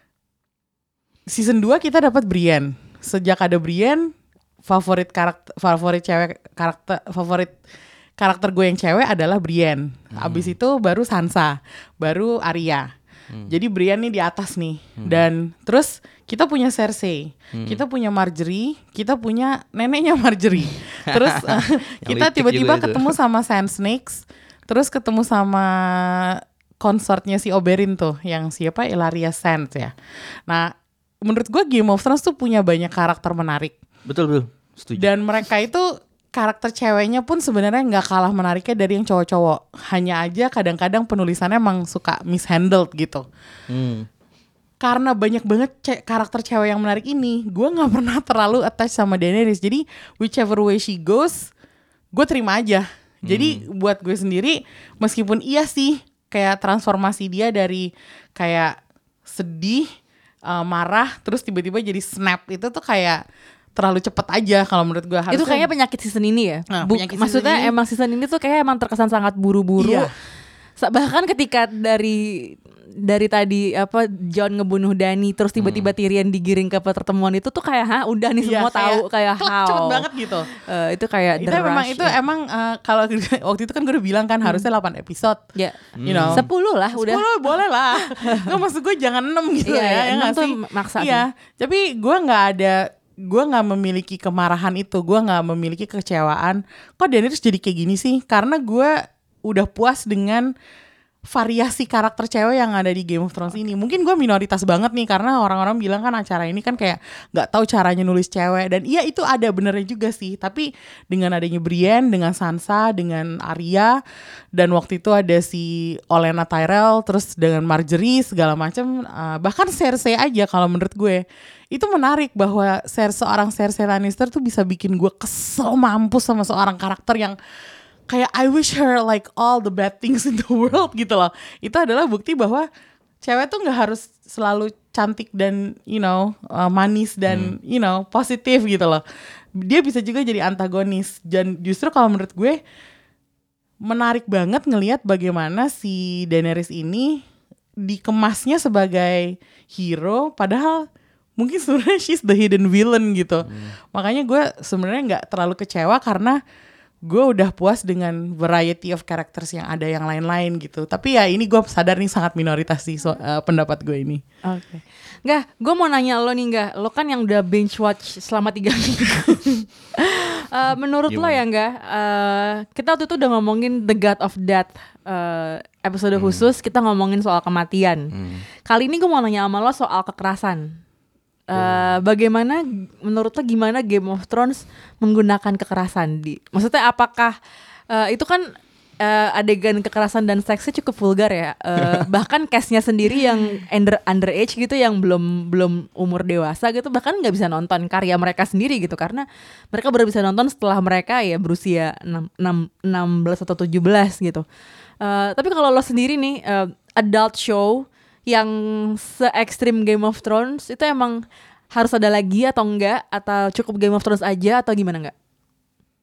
season dua kita dapat Brienne. Sejak ada Brienne, favorit karakter favorit cewek karakter favorit karakter gue yang cewek adalah Brienne. Hmm. Abis itu baru Sansa, baru Arya. Hmm. Jadi Brienne nih di atas nih. Hmm. Dan terus kita punya Cersei, hmm. kita punya Marjorie, kita punya neneknya Marjorie. Terus uh, kita tiba-tiba ketemu sama Sand Snakes, terus ketemu sama konsortnya si Oberyn tuh, yang siapa Ellaria Sand ya. Nah menurut gue Game of Thrones tuh punya banyak karakter menarik. Betul betul. Setuju. Dan mereka itu karakter ceweknya pun sebenarnya nggak kalah menariknya dari yang cowok-cowok. Hanya aja kadang-kadang penulisannya emang suka mishandled gitu. Hmm. Karena banyak banget ce- karakter cewek yang menarik ini, gue nggak pernah terlalu attach sama Daenerys. Jadi whichever way she goes, gue terima aja. Jadi hmm. buat gue sendiri, meskipun iya sih kayak transformasi dia dari kayak sedih, Uh, marah terus tiba-tiba jadi snap itu tuh kayak terlalu cepet aja kalau menurut gue. Itu kayaknya penyakit season ini ya. Nah, Bu- maksudnya season emang season ini tuh kayak emang terkesan sangat buru-buru. Iya. Bahkan ketika dari dari tadi apa Jon ngebunuh Dany terus tiba-tiba hmm. Tyrion digiring ke pertemuan itu tuh kayak ha udah nih semua iya, tahu kayak how cepet banget gitu. Uh, itu kayak itu memang itu ya. Emang uh, kalau waktu itu kan gue udah bilang kan hmm. harusnya delapan episode. Ya. Yeah. You know. sepuluh lah udah. sepuluh boleh lah. Gue maksud gue jangan enam gitu iya, ya. Yang enam tuh maksa. Iya. Tapi gue nggak ada gue nggak memiliki kemarahan itu, gue nggak memiliki kekecewaan. Kok Daenerys jadi kayak gini sih? Karena gue udah puas dengan variasi karakter cewek yang ada di Game of Thrones ini. Mungkin gue minoritas banget nih karena orang-orang bilang kan acara ini kan kayak nggak tahu caranya nulis cewek, dan iya itu ada benernya juga sih. Tapi dengan adanya Brienne, dengan Sansa, dengan Arya, dan waktu itu ada si Olenna Tyrell, terus dengan Marjorie segala macam, uh, bahkan Cersei aja kalau menurut gue itu menarik bahwa seorang Cersei Lannister tuh bisa bikin gue kesel mampus sama seorang karakter yang kayak I wish her like all the bad things in the world gitu loh. Itu adalah bukti bahwa cewek tuh gak harus selalu cantik dan you know uh, manis dan hmm. you know positif gitu loh. Dia bisa juga jadi antagonis. Dan justru kalau menurut gue menarik banget ngelihat bagaimana si Daenerys ini dikemasnya sebagai hero padahal mungkin sebenarnya she's the hidden villain gitu. Hmm. Makanya gue sebenarnya nggak terlalu kecewa karena gue udah puas dengan variety of characters yang ada yang lain-lain gitu. Tapi ya ini gue sadar nih sangat minoritas sih so, uh, pendapat gue ini. Oke. Okay. Nggak, gue mau nanya lo nih nggak, lo kan yang udah binge watch selama tiga minggu. uh, menurut Gimana? lo ya nggak, uh, kita waktu itu udah ngomongin The God of Death uh, episode hmm. khusus, kita ngomongin soal kematian. Hmm. Kali ini gue mau nanya sama lo soal kekerasan. Uh, bagaimana menurut lo gimana Game of Thrones menggunakan kekerasan di maksudnya apakah uh, itu kan uh, adegan kekerasan dan seksnya cukup vulgar ya uh, bahkan cast-nya sendiri yang under underage gitu yang belum belum umur dewasa gitu bahkan nggak bisa nonton karya mereka sendiri gitu karena mereka baru bisa nonton setelah mereka ya berusia enam belas atau tujuh belas gitu. Uh, tapi kalau lo sendiri nih uh, adult show yang se-ekstrim Game of Thrones itu emang harus ada lagi atau enggak? Atau cukup Game of Thrones aja atau gimana enggak?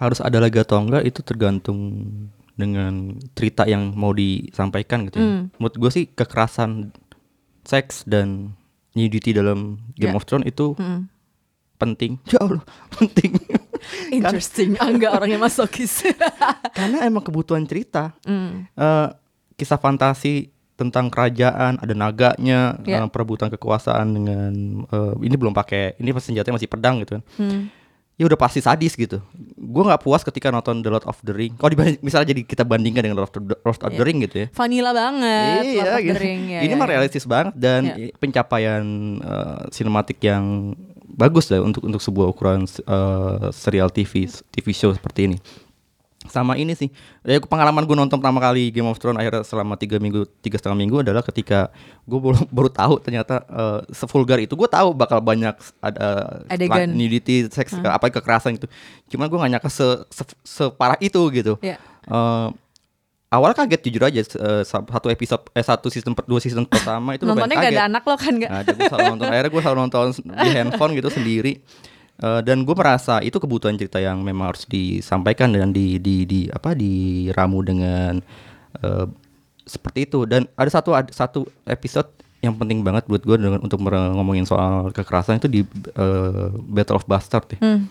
harus ada lagi atau enggak itu tergantung dengan cerita yang mau disampaikan gitu. Ya. Mm. Menurut gue sih kekerasan seks dan nudity dalam Game Yeah. of Thrones itu Mm. penting. Ya Allah, penting. Interesting. Angga orangnya masokis. Karena emang kebutuhan cerita. Mm. Eh, kisah fantasi tentang kerajaan, ada naganya, Yeah. eh, perebutan kekuasaan dengan eh, ini belum pakai, ini senjatanya masih pedang gitu kan. Mm. Ya udah pasti sadis gitu. Gue nggak puas ketika nonton The Lord of the Ring. Kalau dibanding, misalnya jadi kita bandingkan dengan Lord of the, Lord of the Yeah. Ring gitu ya. Vanilla banget. Iya, Lord of the gitu. Ring, ya, Ini ya, mah ya. realistis banget dan Ya. pencapaian uh, sinematik yang bagus lah untuk untuk sebuah ukuran uh, serial T V T V show seperti ini. Sama ini sih, ya pengalaman gue nonton pertama kali Game of Thrones akhirnya selama tiga minggu tiga setengah minggu adalah ketika gue baru, baru tahu ternyata uh, sevulgar itu. Gue tahu bakal banyak ada Adegan. nudity, seks, Hmm. apa kekerasan itu. Cuman gue gak nyangka se, se, separah itu gitu. Ya. Uh, awal kaget jujur aja uh, satu episode eh satu season per- dua season pertama itu Nontonnya lumayan gak ada kaget. anak lo kan gak? Nah, ada gue selalu nonton akhirnya gue selalu nonton di handphone gitu sendiri. Uh, dan gue merasa itu kebutuhan cerita yang memang harus disampaikan dan di di, di apa diramu dengan uh, seperti itu. Dan ada satu ada satu episode yang penting banget buat gue dengan untuk mer- ngomongin soal kekerasan itu di uh, Battle of Bastard ya. Hmm.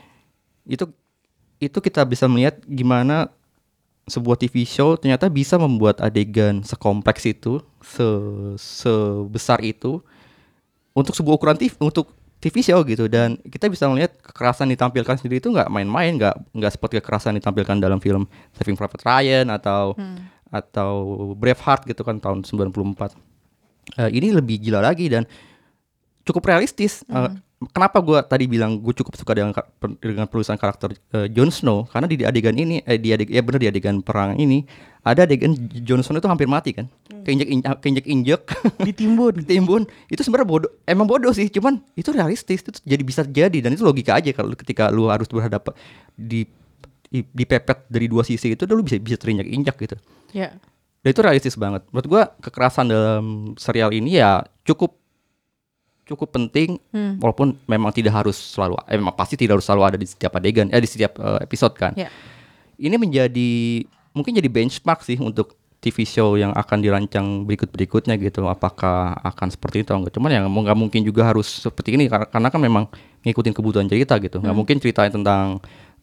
Itu itu kita bisa melihat gimana sebuah T V show ternyata bisa membuat adegan sekompleks itu, se sebesar itu untuk sebuah ukuran T V, untuk T V show gitu. Dan kita bisa melihat kekerasan ditampilkan sendiri itu nggak main-main, nggak nggak seperti kekerasan ditampilkan dalam film Saving Private Ryan atau Hmm. atau Braveheart gitu kan tahun sembilan puluh empat. Uh, ini lebih gila lagi dan cukup realistis. Uh, kenapa gue tadi bilang gue cukup suka dengan dengan penulisan karakter uh, Jon Snow, karena di adegan ini eh di adegan, ya benar di adegan perang ini ada adegan Jon Snow itu hampir mati kan, keinjek injek keinjek injek Ditimbun. ditimbun. Itu sebenarnya bodoh, emang bodoh sih, cuman itu realistis, itu jadi bisa jadi dan itu logika aja kalau ketika lu harus berhadapan di di- dipepet dari dua sisi itu, lu bisa bisa terinjak injak gitu. Ya. Dan itu realistis banget. Menurut gua kekerasan dalam serial ini ya cukup cukup penting, Hmm. walaupun memang tidak harus selalu, eh, memang pasti tidak harus selalu ada di setiap adegan, eh di setiap eh, episode kan. Ya. Ini menjadi mungkin jadi benchmark sih untuk T V show yang akan dirancang berikut-berikutnya gitu. Apakah akan seperti itu atau enggak? Cuman ya nggak mungkin juga harus seperti ini karena, karena kan memang ngikutin kebutuhan cerita gitu. Nggak mungkin ceritanya tentang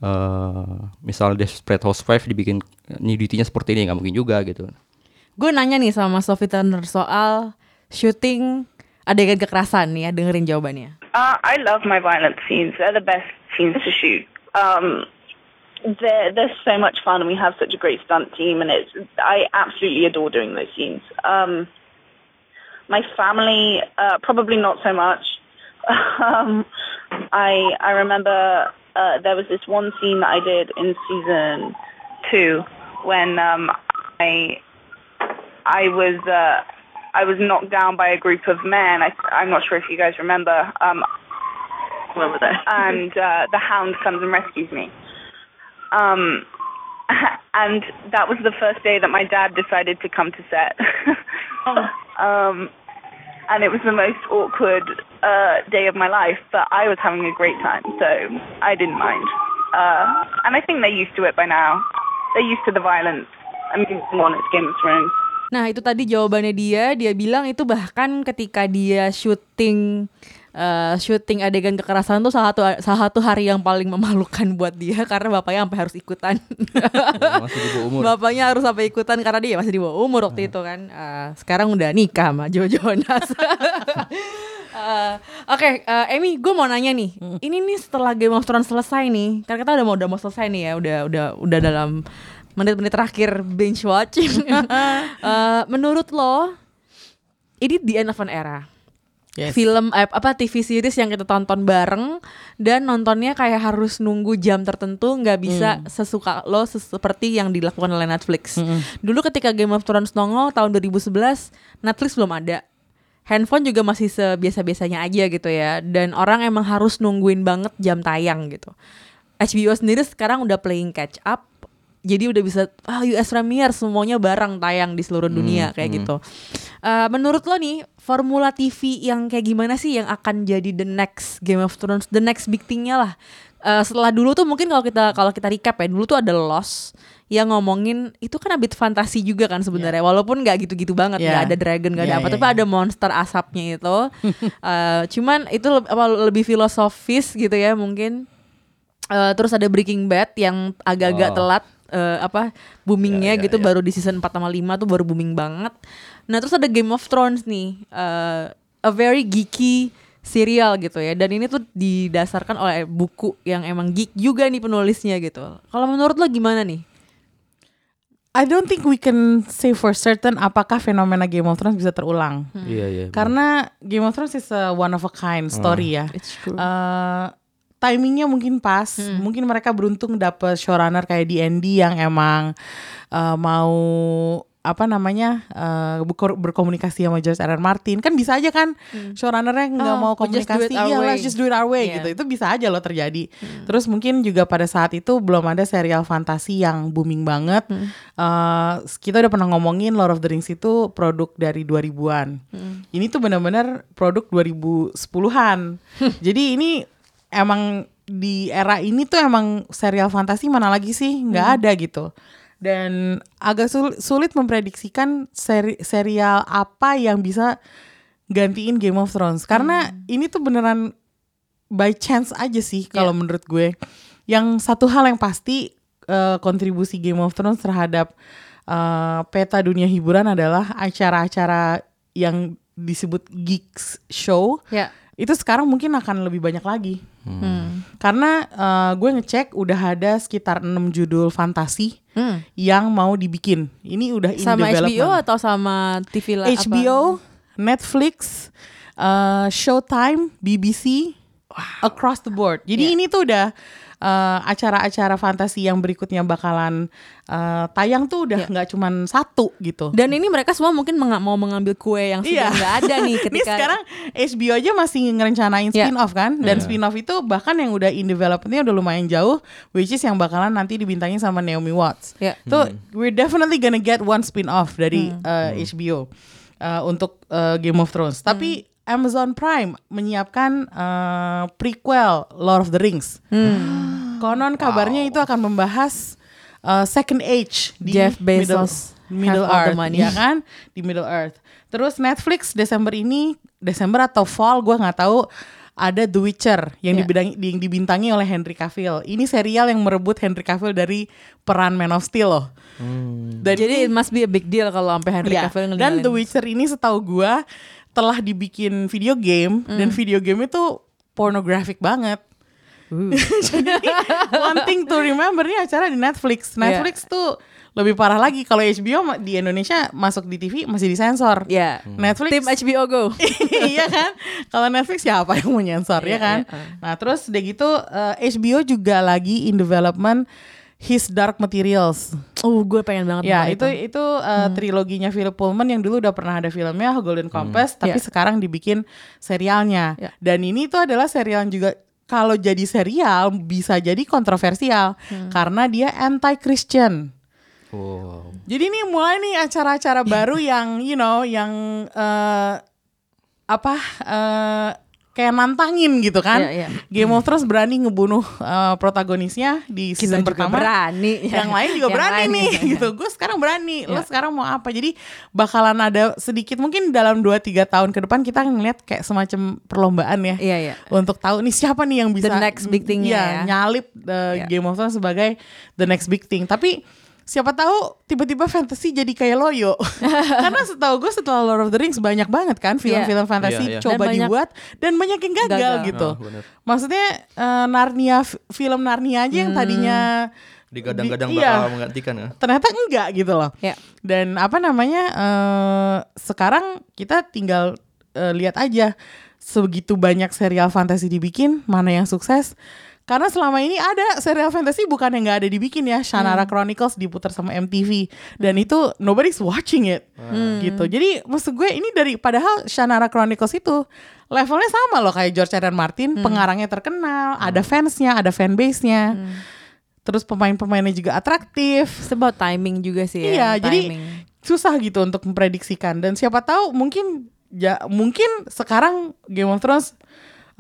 uh, misalnya Desperate Housewives dibikin nudity-nya seperti ini, nggak mungkin juga gitu. Gue nanya nih sama Sophie Turner soal syuting adegan kekerasan nih ya, dengerin jawabannya. Uh, I love my violent scenes. They're the best scenes to shoot. Um, they're, they're so much fun, and we have such a great stunt team, and it's I absolutely adore doing those scenes. Um, my family, uh, probably not so much. um, I I remember uh, there was this one scene that I did in season two when um, I I was uh, I was knocked down by a group of men. I, I'm not sure if you guys remember. Um, Where were they? and uh, the Hound comes and rescues me. Um, and that was the first day that my dad decided to come to set. um, and it was the most awkward uh, day of my life, but I was having a great time, so I didn't mind. Uh, and I think they're used to it by now. They're used to the violence. I mean, come on, it's Game of Thrones. Nah itu tadi jawabannya dia, dia bilang itu bahkan ketika dia syuting uh, syuting adegan kekerasan tuh salah satu salah satu hari yang paling memalukan buat dia karena bapaknya sampai harus ikutan. Masih di bawah umur. Bapaknya harus sampai ikutan karena dia masih di bawah umur waktu itu kan. Uh, sekarang udah nikah sama Joe Jonas. Uh, Oke, okay, uh, Amy, gue mau nanya nih. Ini nih setelah Game of Thrones selesai nih, karena kita udah mau udah mau selesai nih ya, udah udah udah dalam menit-menit terakhir binge watching. uh, menurut lo, ini the end of an era. Yes. Film eh, apa T V series yang kita tonton bareng dan nontonnya kayak harus nunggu jam tertentu, nggak bisa Mm. sesuka lo seperti yang dilakukan oleh Netflix. Dulu ketika Game of Thrones nongol tahun dua ribu sebelas, Netflix belum ada. Handphone juga masih sebiasa-biasanya aja gitu ya. Dan orang emang harus nungguin banget jam tayang gitu. H B O sendiri sekarang udah playing catch up. Jadi udah bisa ah, U S premiere semuanya bareng tayang di seluruh dunia Hmm, kayak hmm. gitu. Uh, menurut lo nih formula T V yang kayak gimana sih yang akan jadi the next Game of Thrones, the next big thing-nya lah? uh, setelah dulu tuh mungkin kalau kita kalau kita recap ya, dulu tuh ada Lost yang ngomongin itu kan a bit fantasi juga kan sebenarnya, yeah. walaupun nggak gitu-gitu banget, nggak yeah. ada dragon, nggak yeah, ada apa, yeah, tapi yeah. ada monster asapnya itu. uh, cuman itu le- apa, lebih filosofis gitu ya mungkin. Uh, terus ada Breaking Bad yang agak-agak oh. telat uh, apa boomingnya yeah, yeah, gitu yeah. baru di season empat sama lima tuh baru booming banget. Nah terus ada Game of Thrones nih, uh, a very geeky serial gitu ya, dan ini tuh didasarkan oleh buku yang emang geek juga nih penulisnya gitu. Kalau menurut lo gimana nih? I don't think we can say for certain apakah fenomena Game of Thrones bisa terulang. Iya hmm. iya. yeah, Karena Game of Thrones is a one of a kind story oh. ya. It's true. Uh, timingnya mungkin pas, hmm. mungkin mereka beruntung dapet showrunner kayak D and D yang emang uh, mau apa namanya uh, berkomunikasi sama George R R Martin. Kan bisa aja kan hmm. showrunnernya nggak oh, mau komunikasi, iya let's just do it our way yeah. gitu. Itu bisa aja loh terjadi. Hmm. Terus mungkin juga pada saat itu belum ada serial fantasi yang booming banget. Hmm. Uh, kita udah pernah ngomongin Lord of the Rings itu produk dari dua ribuan. Hmm. Ini tuh benar-benar produk dua ribu sepuluhan. Jadi ini emang di era ini tuh emang serial fantasi mana lagi sih? Nggak hmm. ada gitu. Dan agak sul- sulit memprediksikan seri- serial apa yang bisa gantiin Game of Thrones. Karena hmm. ini tuh beneran by chance aja sih kalau yeah. menurut gue. Yang satu hal yang pasti uh, kontribusi Game of Thrones terhadap uh, peta dunia hiburan adalah acara-acara yang disebut geeks show. Yeah. Itu sekarang mungkin akan lebih banyak lagi. Hmm. Karena uh, gue ngecek udah ada sekitar enam judul fantasi hmm. yang mau dibikin. Ini udah in sama development. H B O atau sama T V lah? H B O, apa? Netflix, uh, Showtime, B B C, wow. across the board. Jadi yeah. ini tuh udah uh, acara-acara fantasi yang berikutnya bakalan uh, tayang tuh udah nggak yeah. cuman satu gitu. Dan ini mereka semua mungkin meng- mau mengambil kue yang sudah nggak yeah. ada nih ketika. Ini sekarang H B O aja masih ngerencanain spin-off yeah. kan. Dan yeah. spin-off itu bahkan yang udah in developmentnya udah lumayan jauh, which is yang bakalan nanti dibintangi sama Naomi Watts. Yeah. So hmm. we're definitely gonna get one spin-off dari hmm. uh, H B O uh, untuk uh, Game of Thrones. Hmm. Tapi Amazon Prime menyiapkan uh, prequel Lord of the Rings. Hmm. Konon kabarnya wow. itu akan membahas uh, Second Age di Jeff Bezos Middle, Middle Earth, ya kan? Di Middle Earth. Terus Netflix Desember ini, Desember atau fall gue nggak tahu, ada The Witcher yang, yeah. dibidangi, yang dibintangi oleh Henry Cavill. Ini serial yang merebut Henry Cavill dari peran Man of Steel loh. Hmm. Dan jadi it must be a big deal kalau sampai Henry yeah. Cavill ngelilin. Dan The Witcher ini setahu gue telah dibikin video game mm. dan video game itu pornographic banget. Uh. Jadi one thing to remember ini acara di Netflix. Netflix yeah. tuh lebih parah lagi. Kalau H B O di Indonesia masuk di T V masih disensor. Yeah. Hmm. Netflix tim H B O go. Iya kan. Kalau Netflix siapa yang mau nyensor yeah, ya kan. Yeah, uh. Nah terus udah gitu uh, H B O juga lagi in development His Dark Materials. Oh, gue pengen banget. Ya, itu itu, itu uh, hmm. triloginya Philip Pullman yang dulu udah pernah ada filmnya Golden Compass, hmm. tapi yeah. sekarang dibikin serialnya. Yeah. Dan ini tuh adalah serial yang juga kalau jadi serial bisa jadi kontroversial hmm. karena dia anti-Christian. Wow. Jadi ini mulai nih acara-acara baru yang you know yang uh, apa uh, kayak nantangin gitu kan. Yeah, yeah. Game of Thrones berani ngebunuh uh, protagonisnya di season Kita pertama. Berani. Yang lain juga yang berani lain, nih ya, gitu. Gue sekarang berani. Yeah. Lo sekarang mau apa? Jadi bakalan ada sedikit mungkin dalam dua tiga tahun ke depan kita akan ngeliat kayak semacam perlombaan ya. Yeah, yeah. Untuk tahu nih siapa nih yang bisa the next big thing ya, ya. nyalip uh, yeah. Game of Thrones sebagai the next big thing. Tapi siapa tahu tiba-tiba fantasy jadi kayak loyo. Karena setahu gue setelah Lord of the Rings banyak banget kan film-film yeah. fantasy yeah, yeah. dan coba banyak, dibuat dan banyak yang gagal, gagal. gitu. Oh, maksudnya uh, Narnia film Narnia aja hmm. yang tadinya digadang-gadang di, bakal iya, menggantikan ya. Ternyata enggak gitu loh. Yeah. Dan apa namanya uh, sekarang kita tinggal uh, lihat aja sebegitu banyak serial fantasy dibikin mana yang sukses. Karena selama ini ada serial fantasy bukan yang gak ada dibikin ya. Shannara hmm. Chronicles diputar sama M T V. Dan itu nobody's watching it hmm. gitu. Jadi maksud gue ini dari padahal Shannara Chronicles itu levelnya sama loh kayak George R R Martin. hmm. Pengarangnya terkenal, hmm. ada fansnya, ada fanbase-nya. hmm. Terus pemain-pemainnya juga atraktif. It's about timing juga sih ya. Iya jadi timing. Susah gitu untuk memprediksikan. Dan siapa tahu mungkin ya, mungkin sekarang Game of Thrones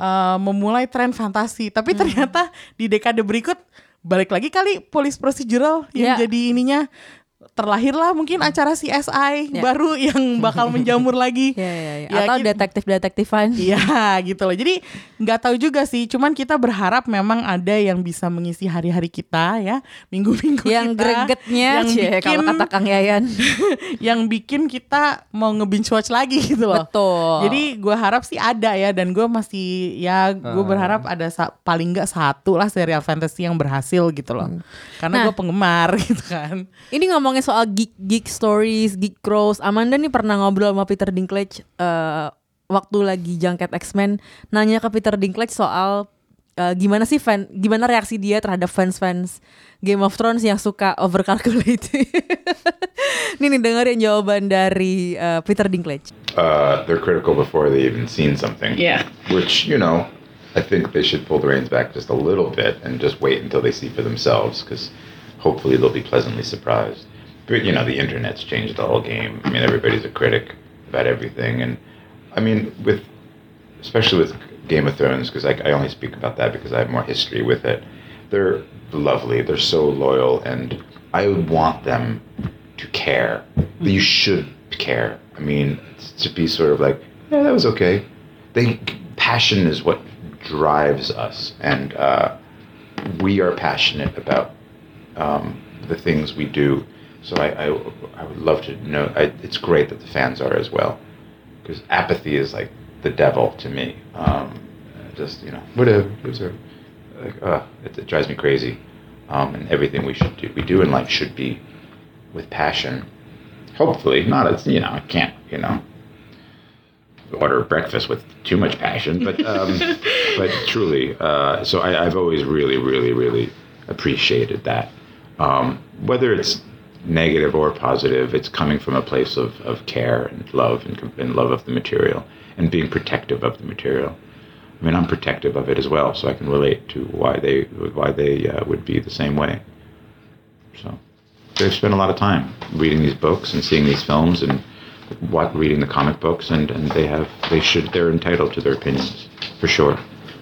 uh, memulai tren fantasi. Tapi ternyata di dekade berikut balik lagi kali police procedural yang Yeah. jadi ininya. Terlahirlah mungkin acara C S I Ya. baru yang bakal menjamur lagi. Ya, ya, ya. Ya, Atau ki- detektif-detektifan. Iya gitu loh. Jadi nggak tahu juga sih. Cuman kita berharap memang ada yang bisa mengisi hari-hari kita ya, minggu-minggu Yang kita. gregetnya, yang cie, bikin kalau kata Kang Yayan. yang bikin kita mau nge-binge watch lagi gitu loh. Betul. Jadi gue harap sih ada ya, dan gue masih ya gue berharap ada sa- paling nggak satu lah serial fantasy yang berhasil gitu loh. Karena Nah. gue penggemar gitu kan. Ini ngomongin soal geek geek stories, geek crows. Amanda nih pernah ngobrol sama Peter Dinklage eh, waktu lagi jangket X-Men, nanya ke Peter Dinklage soal eh, gimana sih fan, gimana reaksi dia terhadap fans-fans Game of Thrones yang suka overcalculate. Nih nih dengerin jawaban dari eh, Peter Dinklage. uh, they're critical before they even seen something. Yeah. Which, you know, I think they should pull the reins back just a little bit and just wait until they see for themselves, because hopefully they'll be pleasantly surprised. But, you know, the internet's changed the whole game. I mean, everybody's a critic about everything. And, I mean, with, especially with Game of Thrones, because I, I only speak about that because I have more history with it. They're lovely. They're so loyal. And I would want them to care. You should care. I mean, to be sort of like, yeah, that was okay. They passion is what drives us, and uh, we are passionate about um, the things we do. So I, I, I would love to know. I, it's great that the fans are as well, because apathy is like the devil to me. Um, just you know, whatever. Those are like, uh, it, it drives me crazy. Um, and everything we should do, we do in life should be with passion. Hopefully, not as you know, I can't you know order breakfast with too much passion, but um, but truly, uh, so I, I've always really, really, really appreciated that. Um, whether it's negative or positive, it's coming from a place of, of care and love and, and love of the material and being protective of the material. I mean, I'm protective of it as well, so I can relate to why they why they uh, would be the same way. So they've spent a lot of time reading these books and seeing these films and what reading the comic books, and, and they have they should they're entitled to their opinions for sure.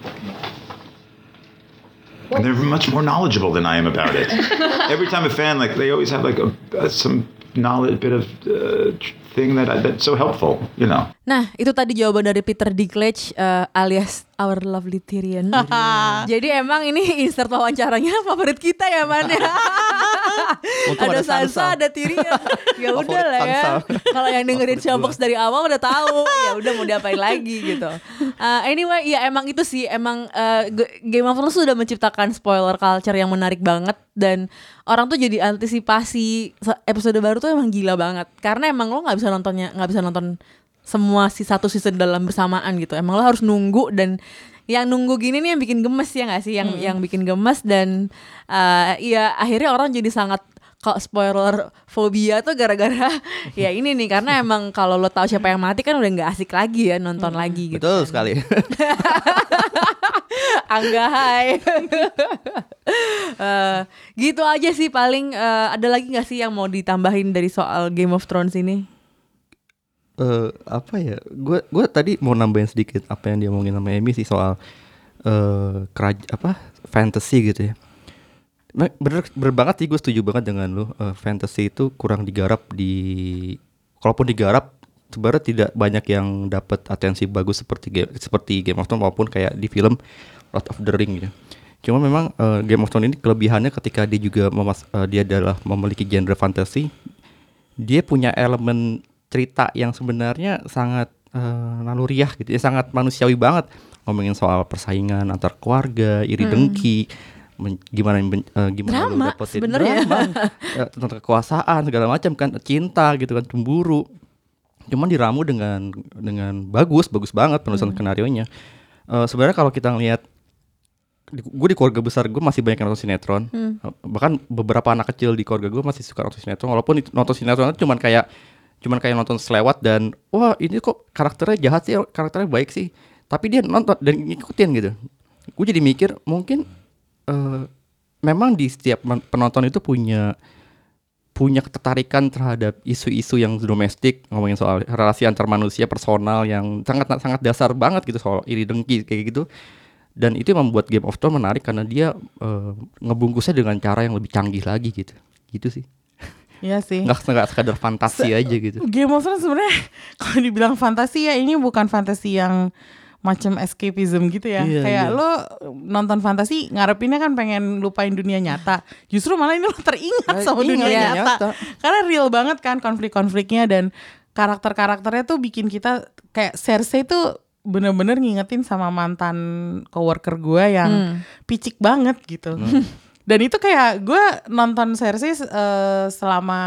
And they're much more knowledgeable than I am about it. Every time a fan, like, they always have like a, a some knowledge, bit of uh, thing that I, that's so helpful, you know. Nah, itu tadi jawaban dari Peter Dinklage uh, alias our lovely Tyrion. Jadi emang ini insert wawancaranya favorit kita ya, Man ya. Untung Ada ada Sansa, Sansa. ada Tyrion. Ya udah Favorit lah ya. Sansa. Kalau yang dengerin Favorit Showbox gua. dari awal udah tahu. Ya udah mau diapain lagi gitu. Uh, anyway, ya emang itu sih emang uh, Game of Thrones sudah menciptakan spoiler culture yang menarik banget, dan orang tuh jadi antisipasi episode baru tuh emang gila banget. Karena emang lo nggak bisa nontonnya, nggak bisa nonton semua si satu season dalam bersamaan gitu. Emang lo harus nunggu, dan yang nunggu gini nih yang bikin gemes ya nggak sih, yang yang bikin gemes. Dan uh, ya akhirnya orang jadi sangat kok spoiler fobia tuh gara-gara ya ini nih, karena emang kalau lo tahu siapa yang mati kan udah nggak asik lagi ya nonton lagi gitu. Betul kan. sekali. Angga hai. Eh, gitu aja sih paling. Eh, ada lagi nggak sih yang mau ditambahin dari soal Game of Thrones ini? Eh apa ya? Gue gue tadi mau nambahin sedikit apa yang dia ngomongin sama Emi sih soal eh keraj apa fantasy gitu ya. Nah, bener, bener banget sih, gue setuju banget dengan lu. Eh, fantasy itu kurang digarap di, kalaupun digarap sebenarnya tidak banyak yang dapat atensi bagus seperti game, seperti Game of Thrones maupun kayak di film Lord of the Ring gitu. Cuma memang eh, Game of Thrones ini kelebihannya ketika dia juga memas, eh, dia adalah memiliki genre fantasy, dia punya elemen cerita yang sebenarnya sangat uh, naluriah gitu ya, sangat manusiawi banget, ngomongin soal persaingan antar keluarga, iri Hmm. dengki, men- gimana uh, gimana lu Drama dapetin sebenarnya. drama, ya, tentang kekuasaan segala macam kan, cinta gitu kan, cemburu. Cuman diramu dengan dengan bagus, bagus banget penulisan skenario-nya. Uh, sebenarnya kalau kita ngelihat, gue di keluarga besar gue masih banyak yang nonton sinetron. Hmm. Bahkan beberapa anak kecil di keluarga gue masih suka nonton sinetron, walaupun itu- nonton sinetron itu cuman kayak cuman kayak nonton selewat dan wah ini kok karakternya jahat sih, karakternya baik sih, tapi dia nonton dan ngikutin gitu. Gue jadi mikir mungkin uh, memang di setiap penonton itu punya punya ketertarikan terhadap isu-isu yang domestik, ngomongin soal relasi antar manusia personal yang sangat sangat dasar banget gitu, soal iri dengki kayak gitu. Dan itu yang membuat Game of Thrones menarik karena dia uh, ngebungkusnya dengan cara yang lebih canggih lagi gitu. Gitu sih. Iya sih. Nggak, nggak sekadar fantasi Se- aja gitu. Game of Thrones sebenarnya kalau dibilang fantasi ya ini bukan fantasi yang macam escapism gitu ya. Iya, Kayak iya. lo nonton fantasi ngarepinnya kan pengen lupain dunia nyata. Justru malah ini lo teringat Ya, sama dunia ingat, nyata. nyata. Karena real banget kan konflik-konfliknya dan karakter-karakternya tuh bikin kita kayak Cersei tuh bener-bener ngingetin sama mantan coworker gue yang Hmm. picik banget gitu. Hmm. Dan itu kayak gue nonton Cersei uh, selama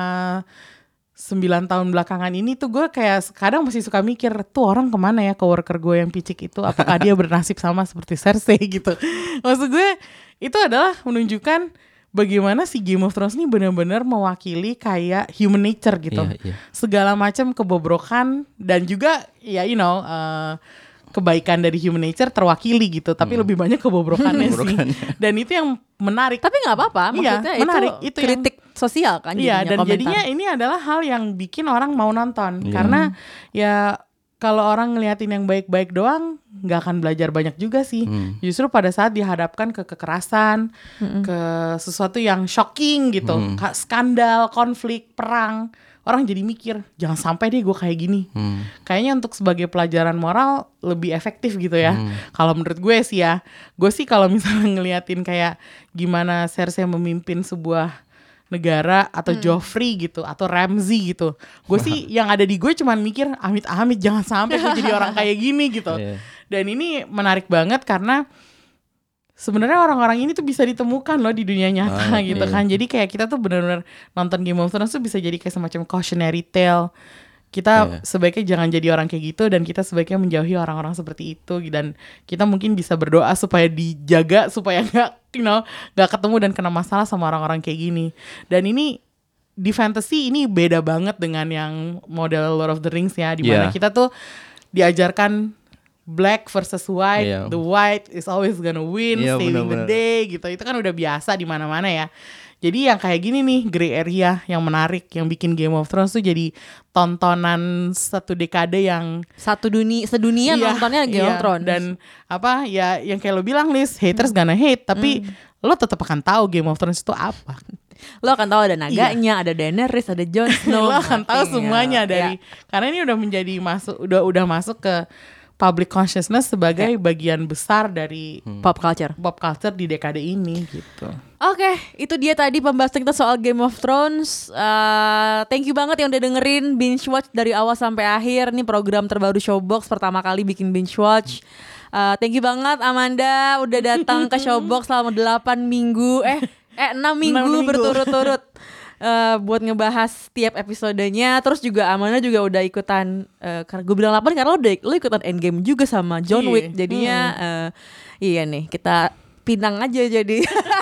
sembilan tahun belakangan ini tuh gue kayak kadang masih suka mikir tuh orang kemana ya coworker gue yang picik itu, apakah dia bernasib sama seperti Cersei gitu. Maksud gue itu adalah menunjukkan bagaimana si Game of Thrones ini benar-benar mewakili kayak human nature gitu. Iya, iya. Segala macam kebobrokan dan juga ya you know uh, kebaikan dari human nature terwakili gitu, tapi Hmm. lebih banyak kebobrokannya sih. Kebobrokannya. Dan itu yang menarik. Tapi nggak apa-apa, Iya, maksudnya menarik. itu, Itu yang- kritik sosial kan. Iya, jadinya, dan komentar. jadinya ini adalah hal yang bikin orang mau nonton. Iya. Karena ya kalau orang ngeliatin yang baik-baik doang nggak akan belajar banyak juga sih. Hmm. Justru pada saat dihadapkan ke kekerasan, ke sesuatu yang shocking gitu, Hmm. ka- skandal, konflik, perang, orang jadi mikir jangan sampai deh gue kayak gini. Hmm. Kayaknya untuk sebagai pelajaran moral lebih efektif gitu ya. Hmm. Kalau menurut gue sih ya, gue sih kalau misalnya ngeliatin kayak gimana Cersei memimpin sebuah negara atau Joffrey gitu atau Ramsay gitu, gue sih yang ada di gue cuman mikir amit-amit jangan sampai gue jadi orang kayak gini gitu. Iya. Dan ini menarik banget karena sebenarnya orang-orang ini tuh bisa ditemukan loh di dunia nyata Ah, gitu iya. kan. Jadi kayak kita tuh benar-benar nonton Game of Thrones tuh bisa jadi kayak semacam cautionary tale. Kita Iya. sebaiknya jangan jadi orang kayak gitu dan kita sebaiknya menjauhi orang-orang seperti itu, dan kita mungkin bisa berdoa supaya dijaga supaya nggak, you know, nggak ketemu dan kena masalah sama orang-orang kayak gini. Dan ini di fantasy ini beda banget dengan yang model Lord of the Rings ya, di mana Iya. kita tuh diajarkan black versus white, Iya. the white is always gonna win, Iya, saving the benar-benar. day gitu. Itu kan udah biasa di mana-mana ya. Jadi yang kayak gini nih, gray area yang menarik, yang bikin Game of Thrones tuh jadi tontonan satu dekade yang Satu dunia, sedunia Iya, nontonnya Game iya. of Thrones. Dan apa ya yang kayak lo bilang, Liz, haters gonna hate, tapi lo tetap akan tahu Game of Thrones itu apa. lo akan tahu ada naganya, ada Daenerys, ada Jon Snow. Lo akan tahu Iya, semuanya iya. dari karena ini udah menjadi masuk udah udah masuk ke public consciousness sebagai bagian besar dari pop culture. pop culture di dekade ini gitu. Oke, itu dia tadi pembahasan kita soal Game of Thrones. Uh, thank you banget yang udah dengerin Binge Watch dari awal sampai akhir. Ini program terbaru Showbox, pertama kali bikin Binge Watch. Uh, thank you banget Amanda udah datang ke Showbox selama delapan minggu. Eh, eh enam minggu, enam minggu. berturut-turut. Uh, buat ngebahas tiap episodenya. Terus juga Amanda juga udah ikutan uh, karena gue bilang delapan karena lo, udah, lo ikutan Endgame juga sama John Iya. Wick. Jadinya uh, iya nih kita pinang aja jadi.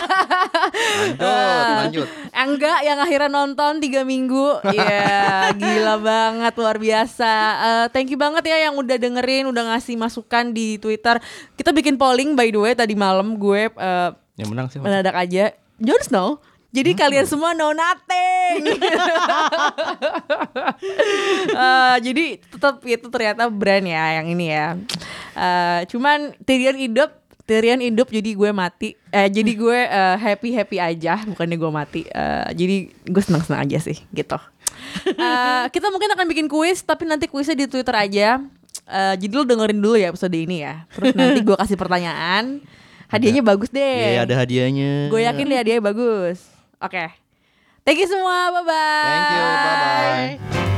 Lanjut, lanjut. Enggak, yang akhirnya nonton tiga minggu. Iya, gila banget, luar biasa. Uh, thank you banget ya yang udah dengerin, udah ngasih masukan di Twitter. Kita bikin polling by the way tadi malam, gue uh, Yang menang sih. mendadak aja Jon Snow. Jadi kalian semua know nothing. Uh, jadi tetap itu ternyata brand ya yang ini ya. Uh, cuman Tyrion hidup, Tyrion hidup jadi gue mati. Eh jadi gue uh, happy happy aja, bukannya gue mati. Uh, jadi gue senang senang aja sih gitu. Uh, kita mungkin akan bikin kuis, tapi nanti kuisnya di Twitter aja. Uh, jadi lo dengerin dulu ya episode ini ya. Terus nanti gue kasih pertanyaan. Hadiahnya bagus deh. Iya, ada hadiahnya. Gue yakin deh hadiahnya bagus. Oke. Thank you semua. Bye bye. Thank you. Bye bye.